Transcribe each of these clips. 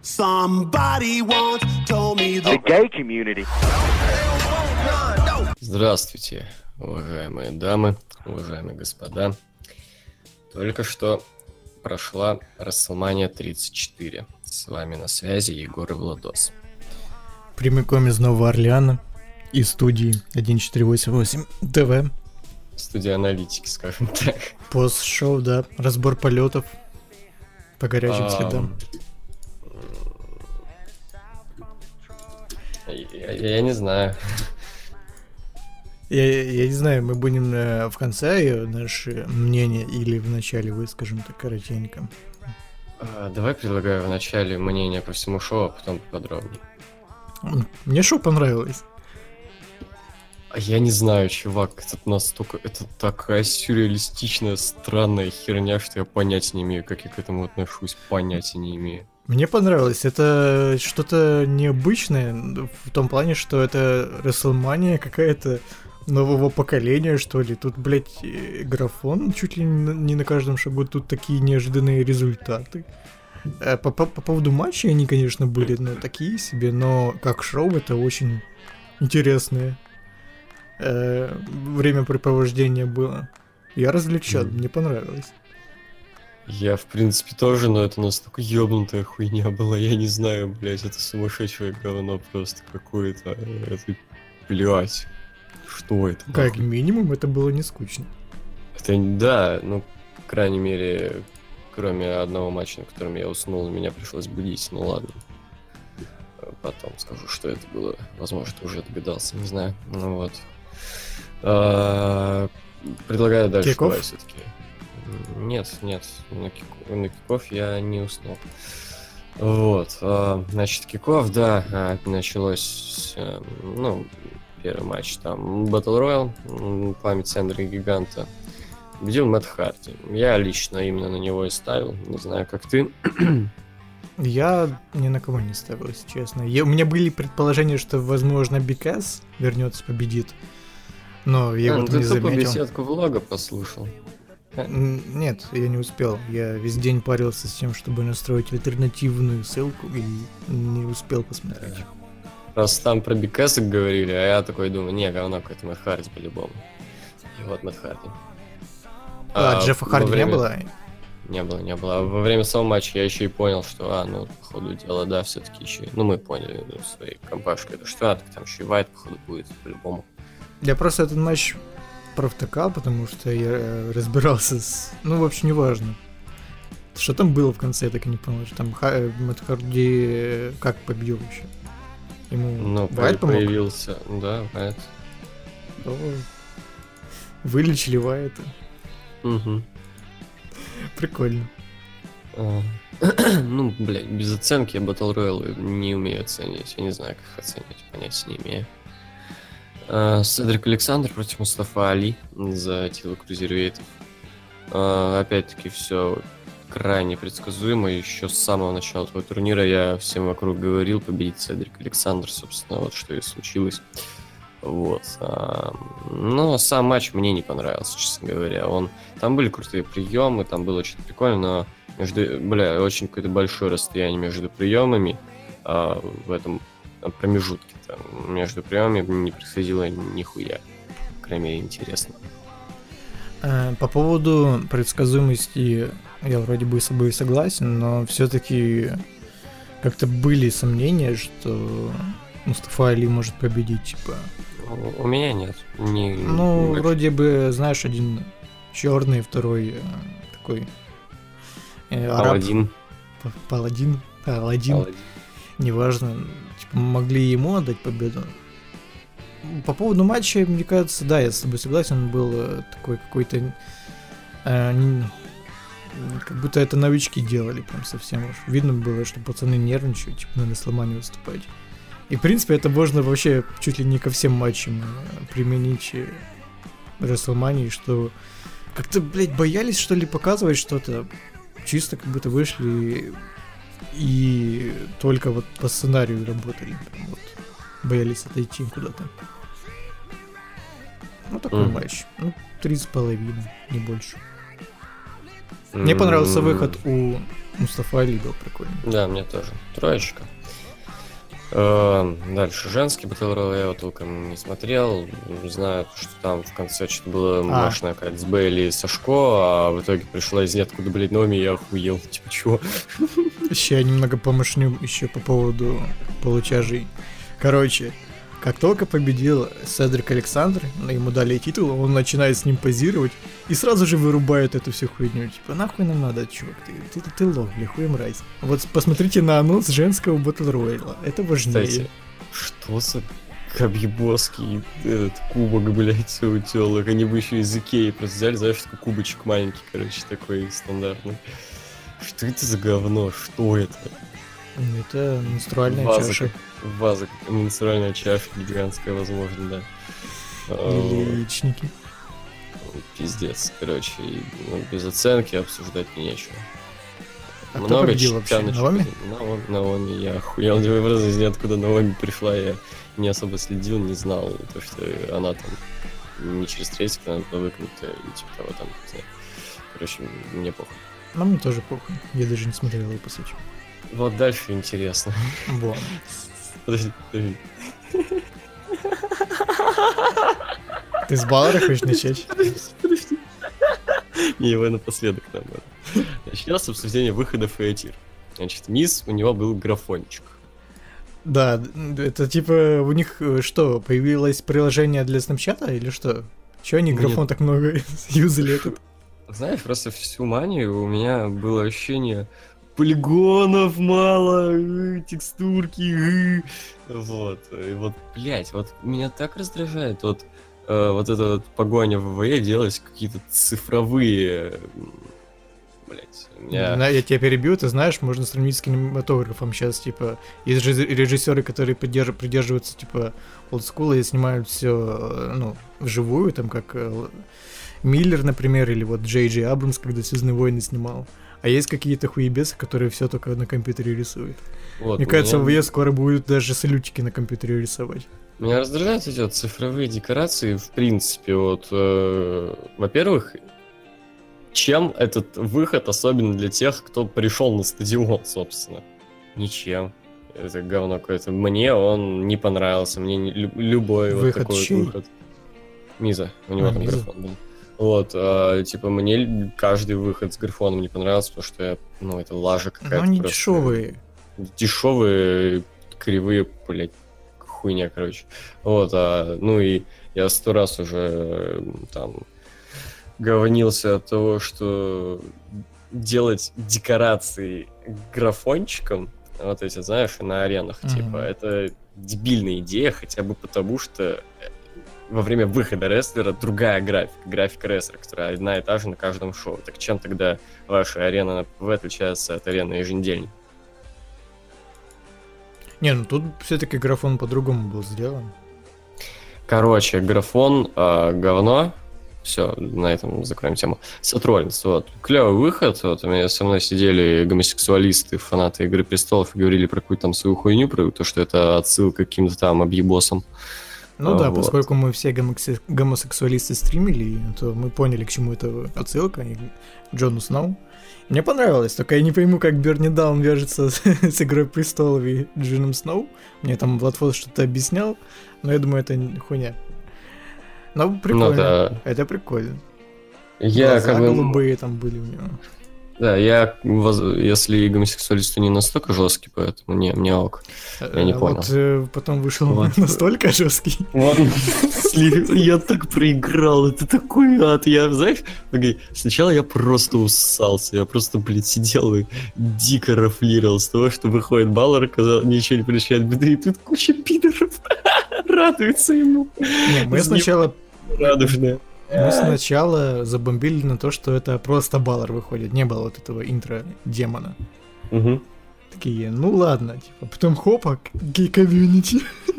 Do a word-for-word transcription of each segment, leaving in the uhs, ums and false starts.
Somebody once told me the gay community. Здравствуйте, уважаемые дамы, уважаемые господа. Только что прошла WrestleMania тридцать четыре. С вами на связи Егор и Владос. Прямиком из Нового Орлеана и студии тысяча четыреста восемьдесят восемь ТВ. Студия аналитики, скажем так. Пост-шоу, да, разбор полетов по горячим А, следам. Я, я не знаю. Я, я не знаю, мы будем э, в конце наше мнение или в начале выскажем так коротенько. А, давай предлагаю в начале мнение по всему шоу, а потом подробнее. Мне шоу понравилось. А я не знаю, чувак, это настолько... Это такая сюрреалистичная, странная херня, что я понятия не имею, как я к этому отношусь, понятия не имею. Мне понравилось. Это что-то необычное в том плане, что это WrestleMania какая-то нового поколения, что ли. Тут, блядь, графон чуть ли не на каждом шагу. Тут такие неожиданные результаты. По, по, по поводу матчей они, конечно, были, ну, такие себе, но как шоу это очень интересное э, времяпрепровождение было. Я развлечен, mm. мне понравилось. Я, в принципе, тоже, но это настолько ёбнутая хуйня была, я не знаю, блядь, это сумасшедшее говно просто какое-то, это, блядь, что это? Как нахуй? минимум, это было не скучно. Это, да, ну, по крайней мере, кроме одного матча, на котором я уснул, меня пришлось будить, ну ладно. Потом скажу, что это было, возможно, ты уже догадался, не знаю, ну вот. А, предлагаю дальше, Киков? давай все-таки. Нет, нет, на, кик... на киков я не уснул. Вот, а, значит, киков, да, началось, ну, первый матч, там, Battle Royale, память Сэндера Гиганта, победил Мэтт Харди. Я лично именно на него и ставил, не знаю, как ты. Я ни на кого не ставил, если честно. Я, у меня были предположения, что, возможно, Биг Эс вернется, победит, но я а, вот ну, не ты заметил. Ты беседку влога послушал. Нет, я не успел. Я весь день парился с тем, чтобы настроить альтернативную ссылку, и не успел посмотреть. Просто там про Бикэсок говорили, а я такой думаю, не, говно какой-то Мэтт Харди по-любому. И вот Мэтт Харди. А, а Джеффа Харди время... не было? Не было, не было. А во время самого матча я еще и понял, что, а, ну, по ходу дела, да, все-таки еще... Ну, мы поняли ну, своей компашкой, это что, а, так там еще и Вайт, по ходу, будет, по-любому. Я просто этот матч провтыкал, потому что я разбирался с... Ну, вообще, неважно. Что там было в конце, я так и не понял. Что там Ха... Мэтт Харди как победил вообще? Ему ну, Вайт помог? Появился, да, Вайт. О, вылечили Вайта. Угу. Прикольно. А, ну, блядь, без оценки я Battle Royale не умею оценить. Я не знаю, как их оценить, понятия не имею. Uh, Седрик Александр против Мустафа Али за титул крузервейтов. Uh, опять-таки все крайне предсказуемо. Еще с самого начала этого турнира я всем вокруг говорил, победит Седрик Александр, собственно, вот что и случилось. Вот. Uh, но сам матч мне не понравился, честно говоря. Он... Там были крутые приемы, там было очень прикольно, но между... бля, очень какое-то большое расстояние между приемами uh, в этом промежутке. Между приемами не происходило нихуя. По крайней мере, интересно. По поводу предсказуемости я вроде бы с собой согласен, но все-таки как-то были сомнения, что Мустафа Али может победить, типа. У меня нет. Не... Ну, Вообще... вроде бы, знаешь, один черный, второй такой э, араб. Паладин. Паладин. Паладин. Паладин. Неважно, типа, могли ему отдать победу. По поводу матча, мне кажется, да, я с тобой согласен, он был такой какой-то... Э, не, как будто это новички делали прям совсем уж. Видно было, что пацаны нервничают, типа, на WrestleMania выступать. И, в принципе, это можно вообще чуть ли не ко всем матчам применить в WrestleMania, что как-то, блядь, боялись, что ли, показывать что-то. Чисто как будто вышли... И только вот по сценарию работали. Прям вот боялись отойти куда-то. Ну, такой mm. матч. Ну, три с половиной, не больше. Mm. Мне понравился выход у Мустафа Али был прикольный. Да, мне тоже. Троечка. Э, Дальше женский Battle Royale толком не смотрел. Знаю, что там в конце что-то было А. машина какая-то с Бейли и Сашко, а в итоге пришла из ниоткуда, блядь, Номи, и я охуел. Типа, чего? Еще я немного помышню еще по поводу получажей. Короче, как только победил Седрик Александр, ему дали титул, он начинает с ним позировать и сразу же вырубает эту всю хуйню. Типа, нахуй нам надо, чувак, ты, ты, ты, ты лох, бля, хуй мразь. Вот посмотрите на анонс женского Battle Royale, это важнее. Кстати, что за объебоский этот кубок, блядь, у тёлок? Они бы еще из Икеи просто взяли, знаешь, такой кубочек маленький, короче, такой стандартный. Что это за говно? Что это? Это менструальная Ваза, чаша. как- Ваза, как менструальная чаша гигантская, возможно, да. А, Или яичники. Пиздец, короче, и, ну, без оценки обсуждать нечего. А кто победил вообще? читаночек. Наоми? Наоми, Наоми, я охуел, я просто из ниоткуда Наоми пришла, я не особо следил, не знал, то, что она там не через третик, она была выкнута, и типа того там, не знаю. Короче, мне похуй. Но мне тоже похуй. Я даже не смотрел его, по сути. Вот дальше интересно. Вот. Подожди, подожди. Ты с Баллера хочешь начать? Подожди. Не, его напоследок нам надо. Начнем с обсуждения выхода Фейтир. Значит, Мисс, у него был графончик. Да, это типа у них э, что, появилось приложение для снапчата или что? Чего они графон Нет. так много юзали этот? Знаешь, просто всю манию у меня было ощущение полигонов мало, э, текстурки, э. Вот. И вот, блять, вот меня так раздражает вот, э, вот эта вот погоня в ВВЕ делать какие-то цифровые... Блять, у меня... На- Я тебя перебью, ты знаешь, можно сравнить с кинематографом сейчас, типа, есть же режиссеры, которые придерж- придерживаются, типа, олдскула и снимают все, ну, вживую, там, как э, Миллер, например, или вот Джей Джей Абрамс, когда «Звездные войны» снимал. А есть какие-то хуебесы, которые все только на компьютере рисуют. Вот, Мне кажется, меня- в ВВЕ скоро будут даже салютики на компьютере рисовать. Меня раздражают эти вот цифровые декорации, в принципе, вот, э, во-первых, чем этот выход особенно для тех, кто пришел на стадион, собственно? Ничем. Это говно какое-то. Мне он не понравился, мне не- лю- любой вот Выход такой вот чей? выход. Миза, у него А, там Миза. графон был. Вот, а, типа, мне каждый выход с графоном не понравился, потому что, я, ну, это лажа какая-то. Но они просто. дешевые. Дешевые, кривые, блядь, хуйня, короче. Вот, а, ну и я сто раз уже э, там говнился от того, что делать декорации графончиком, вот эти, знаешь, на аренах, Мгм. типа, это дебильная идея, хотя бы потому, что во время выхода рестлера другая графика, графика рестлера, которая одна и та же на каждом шоу. Так чем тогда ваша арена на ПВ отличается от арены еженедельной? Не, ну тут все-таки графон по-другому был сделан. Короче, графон а, говно. Все, на этом закроем тему. Сатроллинс, вот. Клевый выход. Вот у меня со мной сидели гомосексуалисты, фанаты Игры Престолов, и говорили про какую-то там свою хуйню, про то, что это отсылка к каким-то там объебосам. Ну А, да, вот. поскольку мы все гомоксе- гомосексуалисты стримили, то мы поняли, к чему это отсылка, и Джону Сноу. Мне понравилось, только я не пойму, как Берни Даун вяжется с, с Игрой Престолов и Джоном Сноу. Мне там Владфос что-то объяснял, но я думаю, это хуйня. Но прикольно, Ну да. это прикольно. Я Глаза как бы... голубые там были у него. Да, я, воз- если гомосексуалисты не настолько жесткие, поэтому не, мне ок. Я не А понял. Вот э, потом вышел Вот. настолько жесткий. Я так проиграл, это такой ад. Я, знаешь, такой, сначала я просто уссался, я просто, блядь, сидел и дико рафлировал с того, что выходит Баллар, казалось, ничего не причиняет беды, и тут куча пидоров радуется ему. Не, мы Из него сначала радужная. Мы сначала забомбили на то, что это просто Баллар выходит. Не было вот этого интро демона. Мгм. Такие, ну ладно, типа, потом хопа, гей-комьюнити.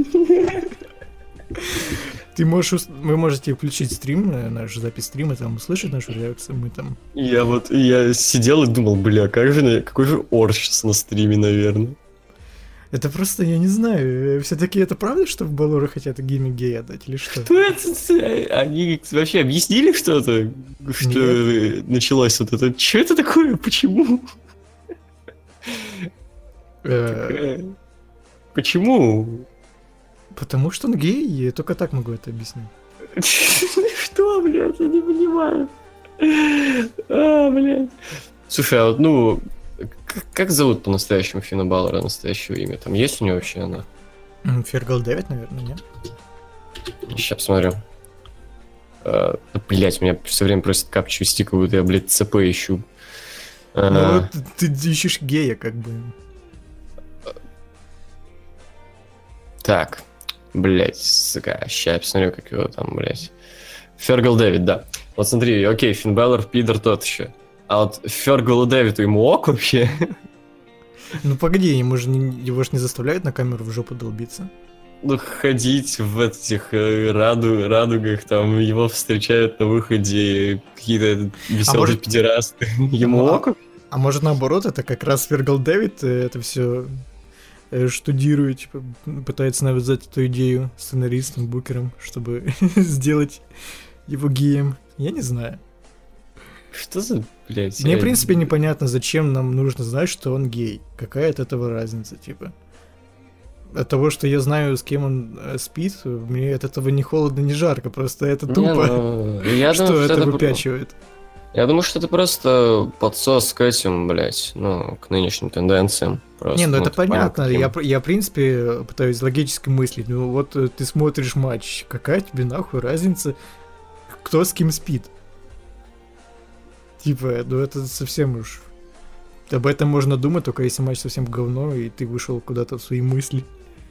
Ты можешь, ус- вы можете включить стрим, э, наш запись стрима, там услышать нашу реакцию, мы там... Я вот, я сидел и думал, бля, как же, на- какой же орш сейчас на стриме, наверное. Это просто, я не знаю, все-таки это правда, что в Баллора хотят гиммик гея дать, или что? Что это? Они вообще объяснили что-то? Что началось вот это? Что это такое? Почему? Э, Почему? Потому что он гей, я только так могу это объяснить. Что, блядь, я не понимаю. А, блядь. Слушай, а вот, ну, к- как зовут по-настоящему Финна Балора, настоящее имя? Там есть у него вообще она? М, Фергал девять, наверное, нет? Сейчас посмотрю. А, да, блядь, меня все время просят капчу вести, как будто я, блядь, ЦП ищу. А, Ну вот ты ты ищешь гея, как бы. Так, блядь, сука, ща я посмотрю, как его там, блядь. Фергал Дэвид, да. Вот смотри, окей, Финн Балор, пидор тот еще. А вот Фергалу Дэвиду ему ок вообще? Ну погоди, ему же не, его же не заставляют на камеру в жопу долбиться. Ну, ходить в этих э, раду, радугах, там его встречают на выходе какие-то веселые может- педерасты. Ему Ну, а- ок? А может наоборот, это как раз Фергал Дэвид э, это все штудирует, типа, пытается навязать эту идею сценаристам, букерам, чтобы сделать его геем. Я не знаю. Что за, блядь? Мне, я- в принципе, непонятно, зачем нам нужно знать, что он гей. Какая от этого разница, типа? От того, что я знаю, с кем он э, спит, мне от этого ни холодно, ни жарко. Просто это Не, тупо, ну, я что думаю, что это это выпячивает. Я думаю, что это просто подсос к этим, блядь, ну, к нынешним тенденциям. Просто, Не, ну это типа, понятно. таким. Я, пр- я, в принципе, пытаюсь логически мыслить. Ну вот э, ты смотришь матч, какая тебе нахуй разница, кто с кем спит? Типа, ну это совсем уж... Об этом можно думать, только если матч совсем говно, и ты вышел куда-то в свои мысли.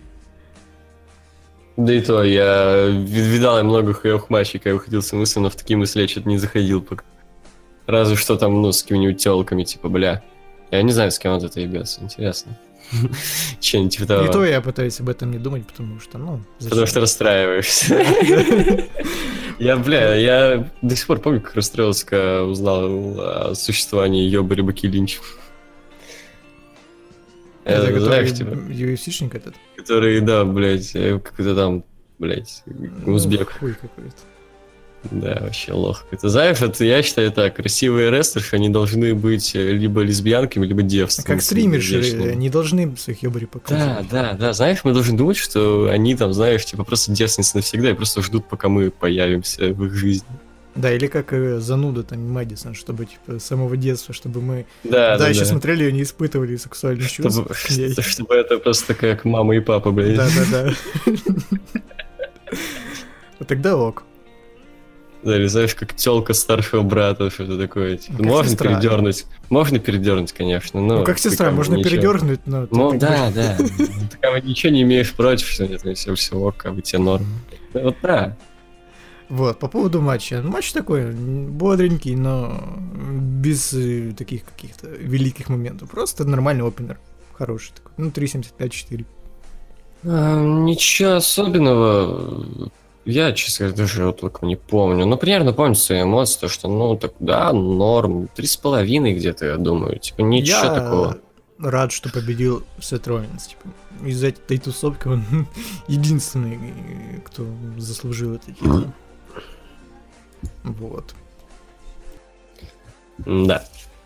Да и то, я ви- видал я много хуёвых матчей, когда выходил с мыслью, но в такие мысли я что-то не заходил пока. Разве что там, ну, с какими-нибудь тёлками, типа, бля. Я не знаю, с кем он это ебется, интересно. Че-нибудь типа того. И то я пытаюсь об этом не думать, потому что, ну... Потому что расстраиваешься. Я, бля, я до сих пор помню, как расстроился, когда узнал о существовании Йоба Рибаки Линч. Это Это, который знаешь, типа, ю эф си-шник этот? который, да, блядь, э, какой-то там, блядь, узбек. Ну, хуй какой-то. Да, вообще лох. Это, знаешь, это, я считаю так, красивые рестлерши, они должны быть э, либо лесбиянками, либо девственницами. Как стримерши, вечными. они должны своих ёбарей Да, показывать. да, да, знаешь, мы должны думать, что они там, знаешь, типа просто девственницы навсегда и просто ждут, пока мы появимся в их жизни. Да, или как э, зануда там Мэдисон, чтобы типа с самого детства, чтобы мы Да, да, дальше да. смотрели и не испытывали сексуальных чувств Чтобы, к ней. чтобы это просто как мама и папа, блядь. Да, да, да. Вот тогда ок. Да, или знаешь, как тёлка старшего брата, что-то такое. Типа, Как можно сестра. передернуть. Можно передернуть, конечно. Но Ну, как сестра, ты можно ничего. передернуть, но... ты Ну так да, можешь- да. Ты как бы ничего не имеешь против, что нет, все, все ок, как бы тебе норм. Да, вот да. Вот, по поводу матча. Ну, матч такой, м, бодренький, но без э, таких каких-то великих моментов. Просто нормальный опенер. Хороший такой. Ну, три семьдесят пять четыре. А, ничего особенного. Я, честно говоря, даже вот толком не помню. Ну, примерно помню свои эмоции, то, что, ну, так, да, норм. Три с половиной где-то, я думаю. Типа, ничего Я такого. рад, что победил Сет Роллинс. Типа, из этой тусовки он единственный, э, кто заслужил это титул. Вот. Да.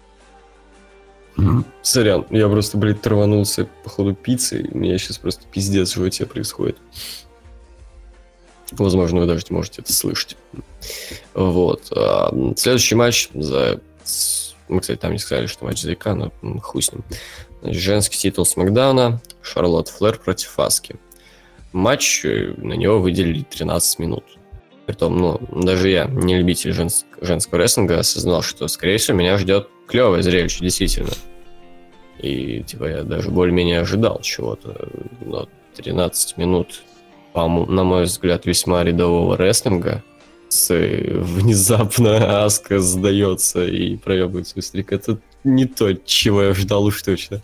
Сорян, я просто, блядь, траванулся по ходу пиццы, и у меня сейчас просто пиздец в животе происходит. Возможно, вы даже не можете это слышать. Вот. А, следующий матч за... с- Мы, кстати, там не сказали, что матч за ИК, но м, хуй с ним. Значит, женский титул Смакдауна. Шарлотт Флэр против Аски. Матч, э, на него выделили тринадцать минут. Притом, ну, даже я, не любитель женс- женского рестлинга, осознал, что, скорее всего, меня ждет клевое зрелище, действительно. И, типа, я даже более-менее ожидал чего-то. Но тринадцать минут, по-моему, на мой взгляд, весьма рядового рестлинга. С э, внезапно Аска сдается и проебывает свой стрик. Это не то, чего я ждал уж точно.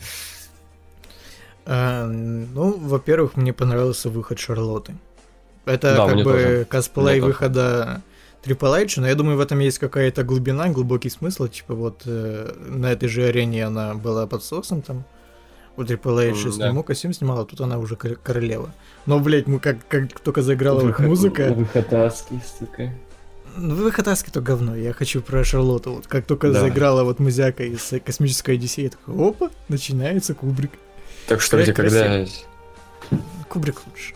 А, ну, во-первых, мне понравился выход Шарлотты. Это Да, как мне бы тоже. косплей Мне тоже. выхода Трипл Эйджа, но я думаю, в этом есть какая-то глубина, глубокий смысл. Типа вот э, на этой же арене она была под соусом там. У Трипл Эйджа М, с да. нему костюм снимала, тут она уже кор- королева. Но, блядь, мы как, как только заиграла вот музыка... Выход Аски, сука. Ну, выход Аски то говно, я хочу про Шарлотту. Вот как только Давай. заиграла вот музяка из «Космической Одиссеи», я такой, опа, начинается Кубрик. Так что где, когда... Кубрик лучше.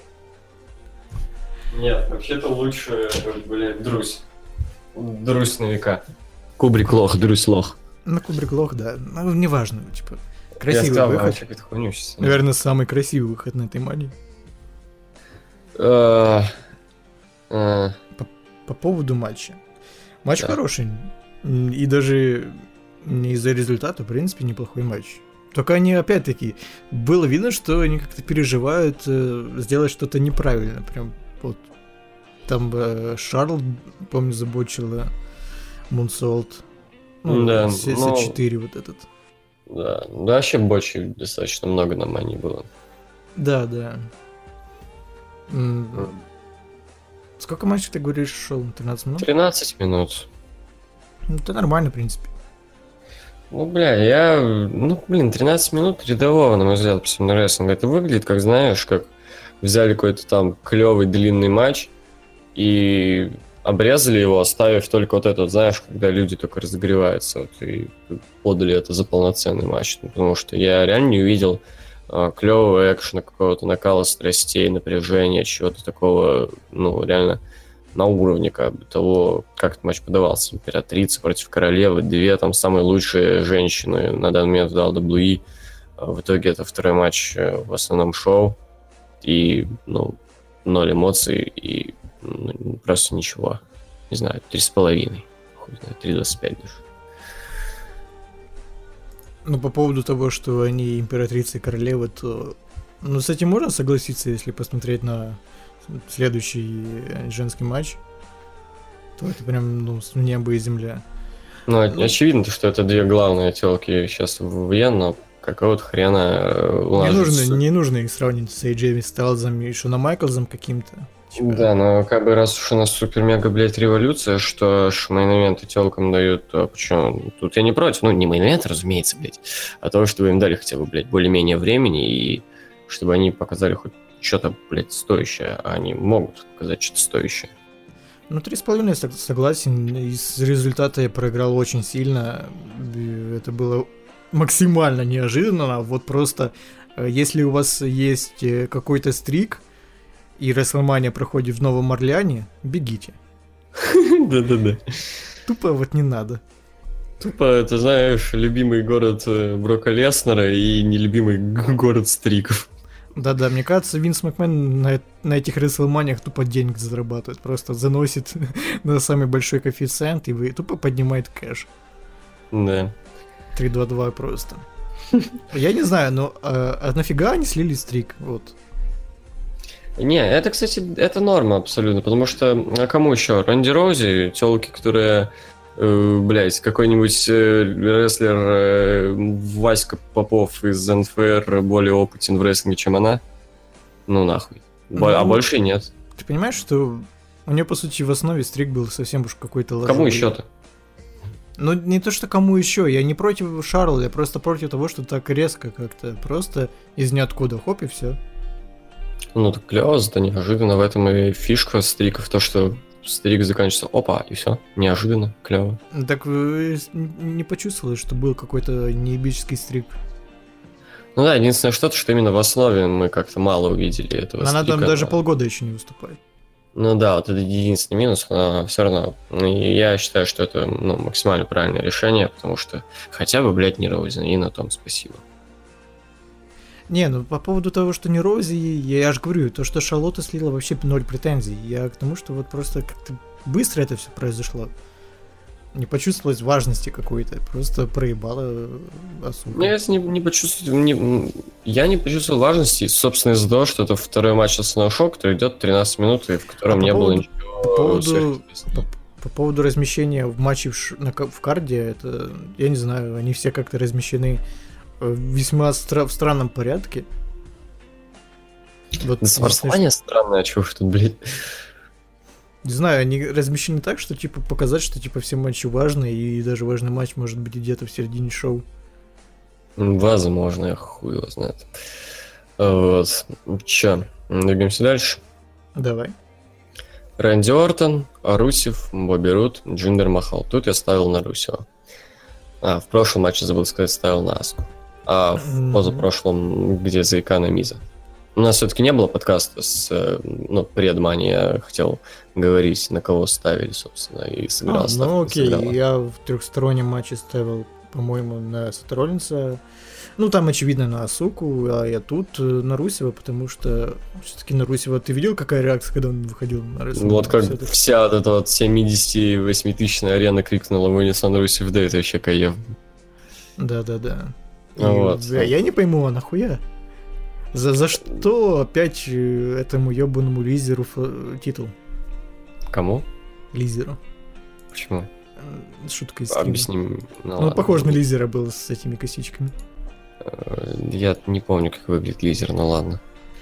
Нет, вообще-то лучше, блядь, Друзь. Друзь на века. Кубрик лох, Друзь лох. Ну, Кубрик лох, да. Ну, неважно, типа, красивый Я сказал, выход. какую-то хуйню сейчас. Наверное, самый красивый выход на этой мании. А, а, По, по поводу матча. Матч Да. хороший. М, И даже не из-за результата, в принципе, неплохой матч. Только они, опять-таки, было видно, что они как-то переживают э, сделать что-то неправильно. Прям вот. Там э, Шарл, помню, забочила Мунсолт. Ну, Да, С но- четыре вот этот. да, да, вообще бочей достаточно много на мане было. Да, да. М, Сколько матчей, ты говоришь, шел? тринадцать минут? тринадцать минут. Ну, это нормально, в принципе. Ну, бля, я... Ну, блин, тринадцать минут рядового, на мой взгляд, профессионального рестлинга. Это выглядит, как, знаешь, как взяли какой-то там клевый длинный матч и обрезали его, оставив только вот это, вот, знаешь, когда люди только разогреваются, вот, и подали это за полноценный матч. Ну, потому что я реально не увидел а, клевого экшена, какого-то накала страстей, напряжения, чего-то такого, ну, реально на уровне как бы того, как этот матч подавался. Императрица против королевы, две там самые лучшие женщины на данный момент в дабл ю дабл ю и. А в итоге это второй матч э, в основном шоу. И, ну, ноль эмоций и ну, просто ничего. Не знаю, три с половиной. Хуй знает, три двадцать пять даже. Ну, по поводу того, что они императрицы и королевы, то... Ну, с этим можно согласиться, если посмотреть на следующий женский матч. То это прям, ну, с неба и земля. Ну, Ну. очевидно, что это две главные телки сейчас в ВВЕ, но какого-то хрена э, Не ложится. нужно, не нужно их сравнивать с эй джей Стайлзом и Шоном Майклзом каким-то. Типа, Да, но как бы раз уж у нас супер-мега, блядь, революция, что ж мейн-эвенты телкам дают, то почему? Тут я не против, ну, не мейн-эвент, разумеется, блядь, а того, чтобы им дали хотя бы, блядь, более-менее времени, и чтобы они показали хоть что-то, блядь, стоящее, а они могут показать что-то стоящее. Ну, три с половиной сог- согласен. Из результата я проиграл очень сильно. И это было максимально неожиданно. Вот просто, э, если у вас есть э, какой-то стрик, и Рестлмания проходит в Новом Орлеане, бегите. Да-да-да. Тупо вот не надо. Тупо, ты знаешь, любимый город э, Брока Леснера и нелюбимый г- город Стриков. Да-да, мне кажется, Винс Макмен на, э- на этих Рестлманиях тупо денег зарабатывает. Просто заносит на самый большой коэффициент и вы тупо поднимает кэш. Да. три два два просто. Я не знаю, но а, а нафига они слили стрик? Вот. Не, это, кстати, это норма абсолютно, потому что а кому еще? Ранди Роузи, телки, которые, э, блядь, какой-нибудь э, рестлер э, Васька Попов из эн эф эр более опытен в рестлинге, чем она? Ну нахуй. Бо- Ну, а больше нет. Ты понимаешь, что у нее, по сути, в основе стрик был совсем уж какой-то ложовый. Кому еще-то? Ну, не то, что кому еще. Я не против Шарла, я просто против того, что так резко как-то. Просто из ниоткуда, хоп, и все. Ну так клево, зато неожиданно в этом и фишка стриков, то, что стрик заканчивается, опа, и все, неожиданно, клево. Так вы не почувствовали, что был какой-то неебический стрик? Ну да, единственное что-то, что именно в основе мы как-то мало увидели этого Она там стрика, даже но- полгода еще не выступает. Ну да, вот это единственный минус, но все равно. И я считаю, что это ну, максимально правильное решение, потому что хотя бы, блядь, не Роузен, и на том спасибо. Не, ну по поводу того, что не Рози, я, я же говорю, то, что Шарлотта слила, вообще ноль претензий. Я к тому, что вот просто как-то быстро это все произошло. Не почувствовалось важности какой-то, просто проебала Асука. Ну, я не, не почувствовал, не- я не почувствовал важности, собственно, из-за того, что это второй матч основного шоу, который идет тринадцать минут, и в котором А по не было поводу- ничего по поводу- сверхъестественного. По поводу размещения в матче в, ш- на ка- в карде, это, я не знаю, они все как-то размещены э, весьма стра- в странном порядке. Вот, Да, Смарслания странная чушь тут, блядь. не знаю, они размещены так, что типа показать, что типа все матчи важны, и даже важный матч может быть где-то в середине шоу. Возможно, я хуй его знает. Вот. Че, двигаемся дальше. Давай. Рэнди Ортон, Русев, Бобби Рут, Джиндер Махал. Тут я ставил на Русева. А, в прошлом матче, забыл сказать, ставил на Аску. а в позапрошлом, где Заикана Миза. У нас все-таки не было подкаста с, ну, при Адмане, я хотел говорить, на кого ставили, собственно, и сыграл. А, ну окей, сыграла. Я в трехстороннем матче ставил, по-моему, на Сета Роллинса. Ну, там, очевидно, на Асуку, а я тут на Русева, потому что все-таки на Русева... Ты видел, какая реакция, когда он выходил на Рестлман? Вот как все вся вот эта вот семидесятивосьмитысячная арена крикнула «Вынес на Русев, да, это вообще кайф». Да-да-да. Вот. Я, я не пойму, а нахуя? За, за что опять этому ебаному лизеру ф- титул? Кому? Лизеру. Почему? Шутка из Объясним. Ну, ну похож на лизера был с этими косичками. Я не помню, как выглядит лизер, ну ладно.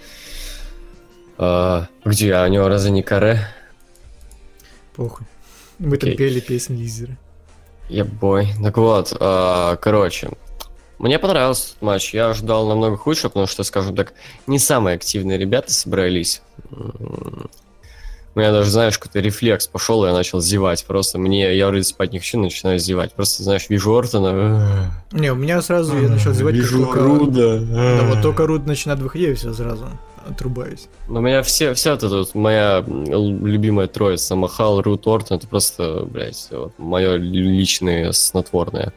А, где? А у него разве не каре? Похуй. Мы там пели песню лизера. Ебой. Так вот, а, короче, мне понравился этот матч. Я ожидал намного худшего, потому что, скажем так, не самые активные ребята собрались. У меня даже, знаешь, какой-то рефлекс пошел, и я начал зевать. Просто мне, я вроде спать не хочу, начинаю зевать. Просто, знаешь, вижу Ортона. Не, у меня сразу я начал зевать, вижу как только... Руда. Да, вот только Руд начинает выходить, я все сразу отрубаюсь. У меня все, вся эта вот моя любимая троица, Махал, Руд, Ортон, это просто, блядь, вот, мое личное снотворное.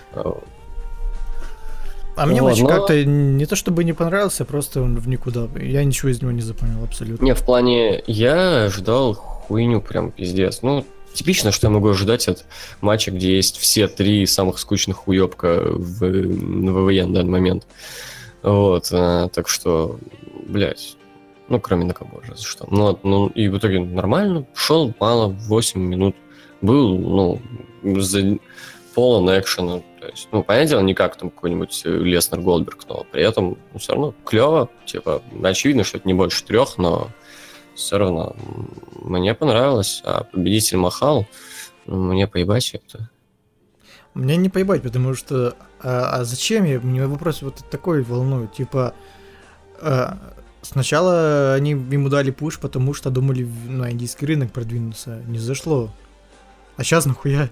А мне вот, матч но... как-то не то чтобы не понравился, просто он в никуда. Я ничего из него не запомнил абсолютно. Не, в плане, я ожидал хуйню прям пиздец. Ну, типично, что я могу ожидать от матча, где есть все три самых скучных хуёбка в, в ВВЕ на данный момент. Вот, а, так что, блядь, ну, кроме Накамуры, разве что. Ну, ну, и в итоге нормально, шел мало, восемь минут. Был, ну, за... полон экшена. То есть, ну, понятное дело, не как там какой-нибудь Леснер Голдберг, но при этом ну, все равно клево. Типа, очевидно, что это не больше трех, но все равно мне понравилось. А победитель Махал, ну, мне поебать это. Мне не поебать, потому что... А, а зачем я? Мне вопрос вот такой волнует. Типа, а, сначала они ему дали пуш, потому что думали на индийский рынок продвинуться. Не зашло. А сейчас нахуя?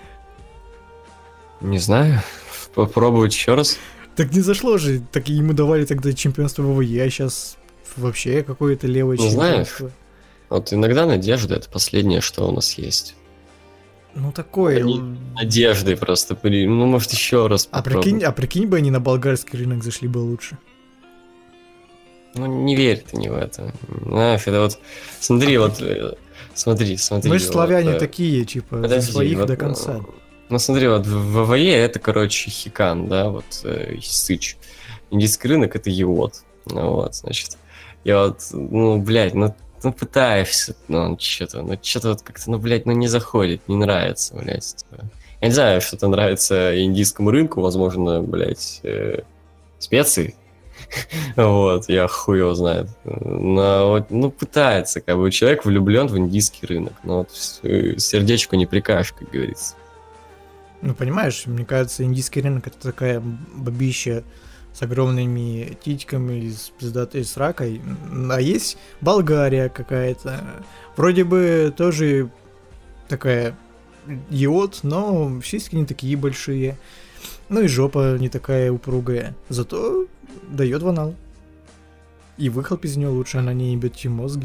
Не знаю. Попробовать еще раз. Так не зашло же. Так ему давали тогда чемпионство ВВЕ, а сейчас вообще какое-то левое не чемпионство. Знаешь, вот иногда надежда — это последнее, что у нас есть. Ну такое... Они надеждой просто. Ну, может, еще раз а прикинь, а прикинь бы они на болгарский рынок зашли бы лучше. Ну, не верь ты не в это. Знаешь, это вот... Смотри, а вот... Смотри, смотри. Мы же славяне вот, такие, типа, подожди, за своих вот, до конца. Ну, смотри, вот в ВВЕ это, короче, Хикан, да, вот, э, Сыч. Индийский рынок — это Еот. Ну, вот, значит. Я вот, ну, блядь, ну, ну пытаешься, ну, что-то, ну, что-то вот как-то, ну, блядь, ну, не заходит, не нравится, блядь. Типа. Я не знаю, что-то нравится индийскому рынку, возможно, блядь, э, специи. Вот, я хуй его знает. Но вот, ну, пытается, как бы, человек влюблен в индийский рынок. Но вот сердечку не прикажешь, как говорится. Ну, понимаешь, мне кажется, индийский рынок — это такая бабища с огромными титьками, с пиздатой сракой. А есть Болгария какая-то. Вроде бы тоже такая Еот, но сиськи не такие большие. Ну и жопа не такая упругая. Зато дает в анал. И выхлоп из нее лучше, она не ебет тебе мозги.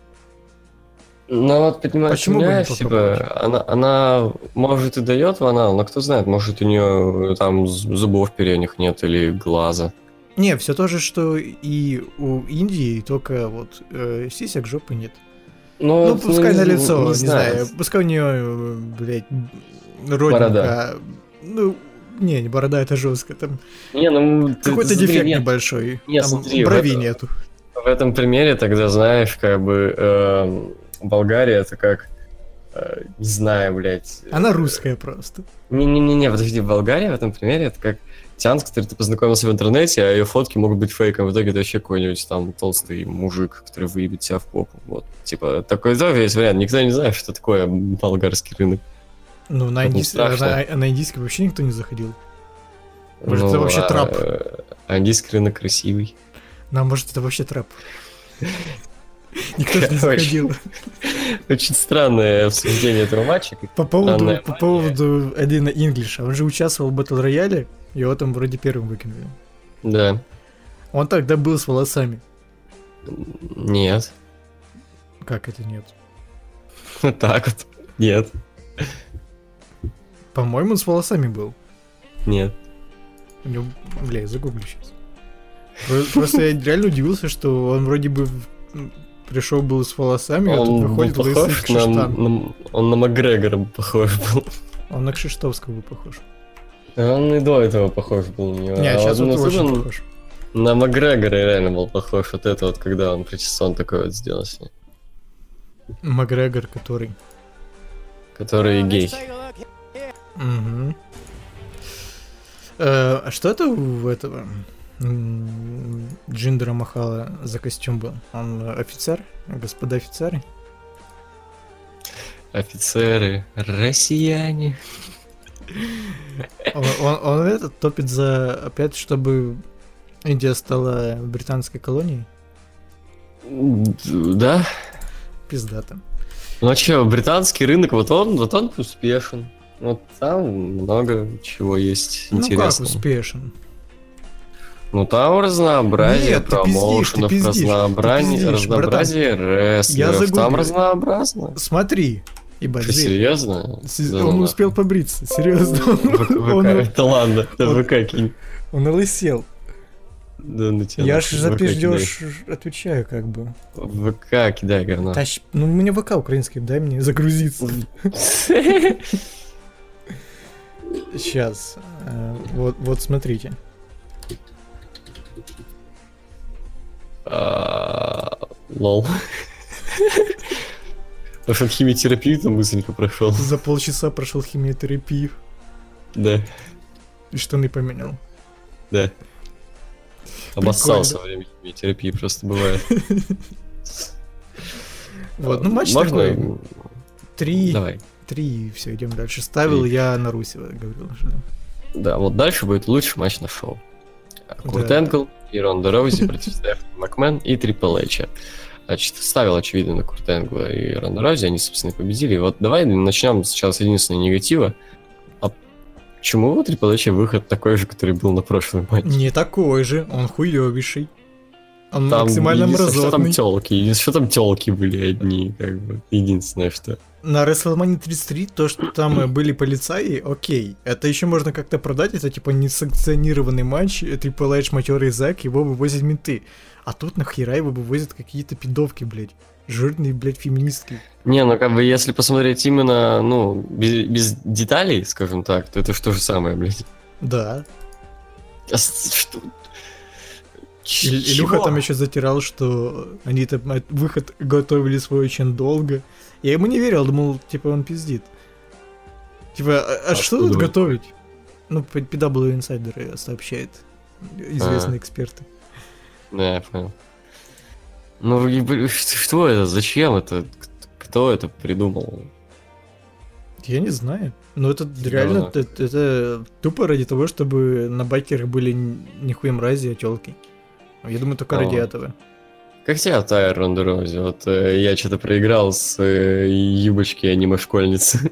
Ну вот, понимаешь, почему меня, бы не типа, она, она, может, и дает в анал, но кто знает, может, у нее там зубов передних нет или глаза. Не, все то же, что и у Индии, только вот э, сисек, жопы нет. Ну, ну пускай не, на лицо, не, не, не знаю. знаю, пускай у нее, блядь, родинка. Борода. Ну, не, не борода, это жестко. Там не, ну, какой-то ты, дефект нет. небольшой. Нет, там смотри, брови в это, нету. В этом примере тогда, знаешь, как бы э, Болгария — это как, э, не знаю, блядь. Она русская просто. Не-не-не, подожди, Болгария в этом примере — это как Тян, с которым ты познакомился в интернете, а ее фотки могут быть фейком. В итоге это вообще какой-нибудь там толстый мужик, который выебет тебя в попу. Вот, типа, такой тоже есть вариант. Никто не знает, что такое болгарский рынок. Ну, на, индийс... на, на индийский вообще никто не заходил. Может, ну, это вообще а, трап. А индийский рынок красивый. Ну, а может, это вообще трап. Никто же не заходил. Очень странное обсуждение этого матча. По поводу, по поводу Эдина Инглиша. Он же участвовал в Battle Royale Его там вроде первым выкинули. Да. Он тогда был с волосами. Нет. Как это нет? Так вот. Нет. По-моему, он с волосами был. Нет. У него... Бля, я загуглю сейчас. Просто я реально удивился, что он вроде бы пришел был с волосами, а тут выходит лысый Кшиштан. Он на Макгрегора похож был. Он на Кшиштовского был похож. Он и до этого похож был на него. Не, а сейчас он очень похож. На Макгрегора реально был похож. Вот это вот, когда он причесон такой вот сделал с ним. Макгрегор, который... Который гей. Угу. Э, а что это у этого Джиндера Махала за костюм был? Он офицер? Господа офицеры? Офицеры, россияне. Он, он, он этот топит за опять, чтобы Индия стала британской колонией? Да. Пиздато. Ну а чё, британский рынок, вот он, вот он успешен. Вот там много чего есть интересного. Ну как успешен? Ну там разнообразие Нет, промоушенов, ты пиздишь, ты разнообразие, пиздишь, разнообразие рестлеров, там разнообразно. Смотри, ебать, что, серьезно? С- да, он ладно. успел побриться, серьезно. Это ладно, это он- ВК кинь. Он лысел. Да, ну тебя Я нахуй, ж за ВК пиздёж отвечаю, как бы. кидай. ВК кидай, говно. Тащ... Ну, у меня ВК украинский, дай мне загрузиться. Сейчас. Вот, вот смотрите. А, Лол. Пошел химиотерапию там быстренько прошел. За полчаса прошел химиотерапию. Да, И штаны поменял. да. Обоссался во время химиотерапии, просто бывает. Вот, ну матч Можно? такой. Три. Давай. Три, все, идем дальше. Ставил Три. я на Русева, говорил же. Да, вот дальше будет лучший матч на шоу. Курт Да. Энгл и Ронда Роузи против Стефани Макмен и Трипл Эйча. Значит, ставил, очевидно, на Курт Энгла и Ронда Роузи, они, собственно, победили. И вот давай начнем сначала с единственного негатива. А почему у Трипл Эйча выход такой же, который был на прошлом матче? Не такой же, он хуёвейший. Он Там максимально единственное, что там мразотный. тёлки, единственное, что там тёлки были одни, как бы, единственное, что... На WrestleMania тридцать три то, что там э, были полицаи, окей. Это еще можно как-то продать, это типа несанкционированный матч, Трипл Эйдж, матерый Зак, его вывозят менты. А тут нахера его вывозят какие-то пидовки, блядь. Жирные, блядь, феминистки. Не, ну как бы, если посмотреть именно, ну, без, без деталей, скажем так, то это же то же самое, блядь. Да. А с- что? Ч- И- Илюха чего? там еще затирал, что они там э, выход готовили свой очень долго. Я ему не верил, думал, типа, он пиздит. Типа, а, а что Откуда тут вы? готовить? Ну, пи пи дабл ю Insider сообщает. Известные А. эксперты. Да, я понял. Ну, и, блин, ш- что это? Зачем это? К- Кто это придумал? Я не знаю. Но это реально, Говно. это, это тупо ради того, чтобы на байкерах были н- нихуя мрази, а тёлки. Я думаю, только О. ради этого. Как тебе Тайр Ронда Роузи? Вот э, я что-то проиграл с э, юбочки аниме-школьницы.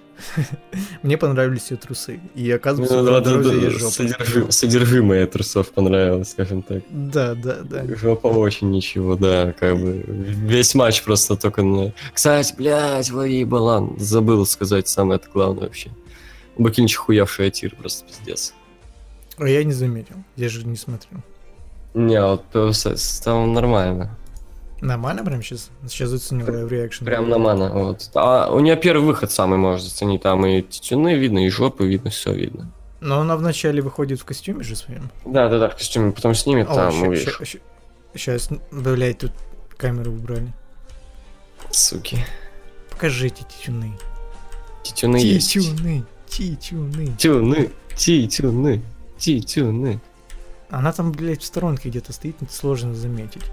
Мне понравились ее трусы. И оказывается, Ну, у да, Ронды да, Роузи да, есть жопа. содержи- Содержимое трусов понравилось, скажем так. Да, да, да. Жопа очень ничего, да, как бы. Весь матч просто только на... Кстати, блядь, лови балан. Забыл сказать самое это главное вообще. Бакинч хуявший атир, просто пиздец. А я не заметил. Я же не смотрел. Не, вот э, с- с- там нормально. Нормально прям сейчас? Сейчас заценил live reaction. Прям на мана, вот. А у нее первый выход самый можно заценить. Там и тетюны видно, и жопы видно, все видно. Но она вначале выходит в костюме же своем. Да, да, да, в костюме потом снимет, там увидишь. Сейчас, блядь, тут камеру убрали. Суки. Покажите титюны. Тетюны есть. Титюны, титюны. Тюны, титюны, титюны. Она там, блядь, в сторонке где-то стоит, это сложно заметить.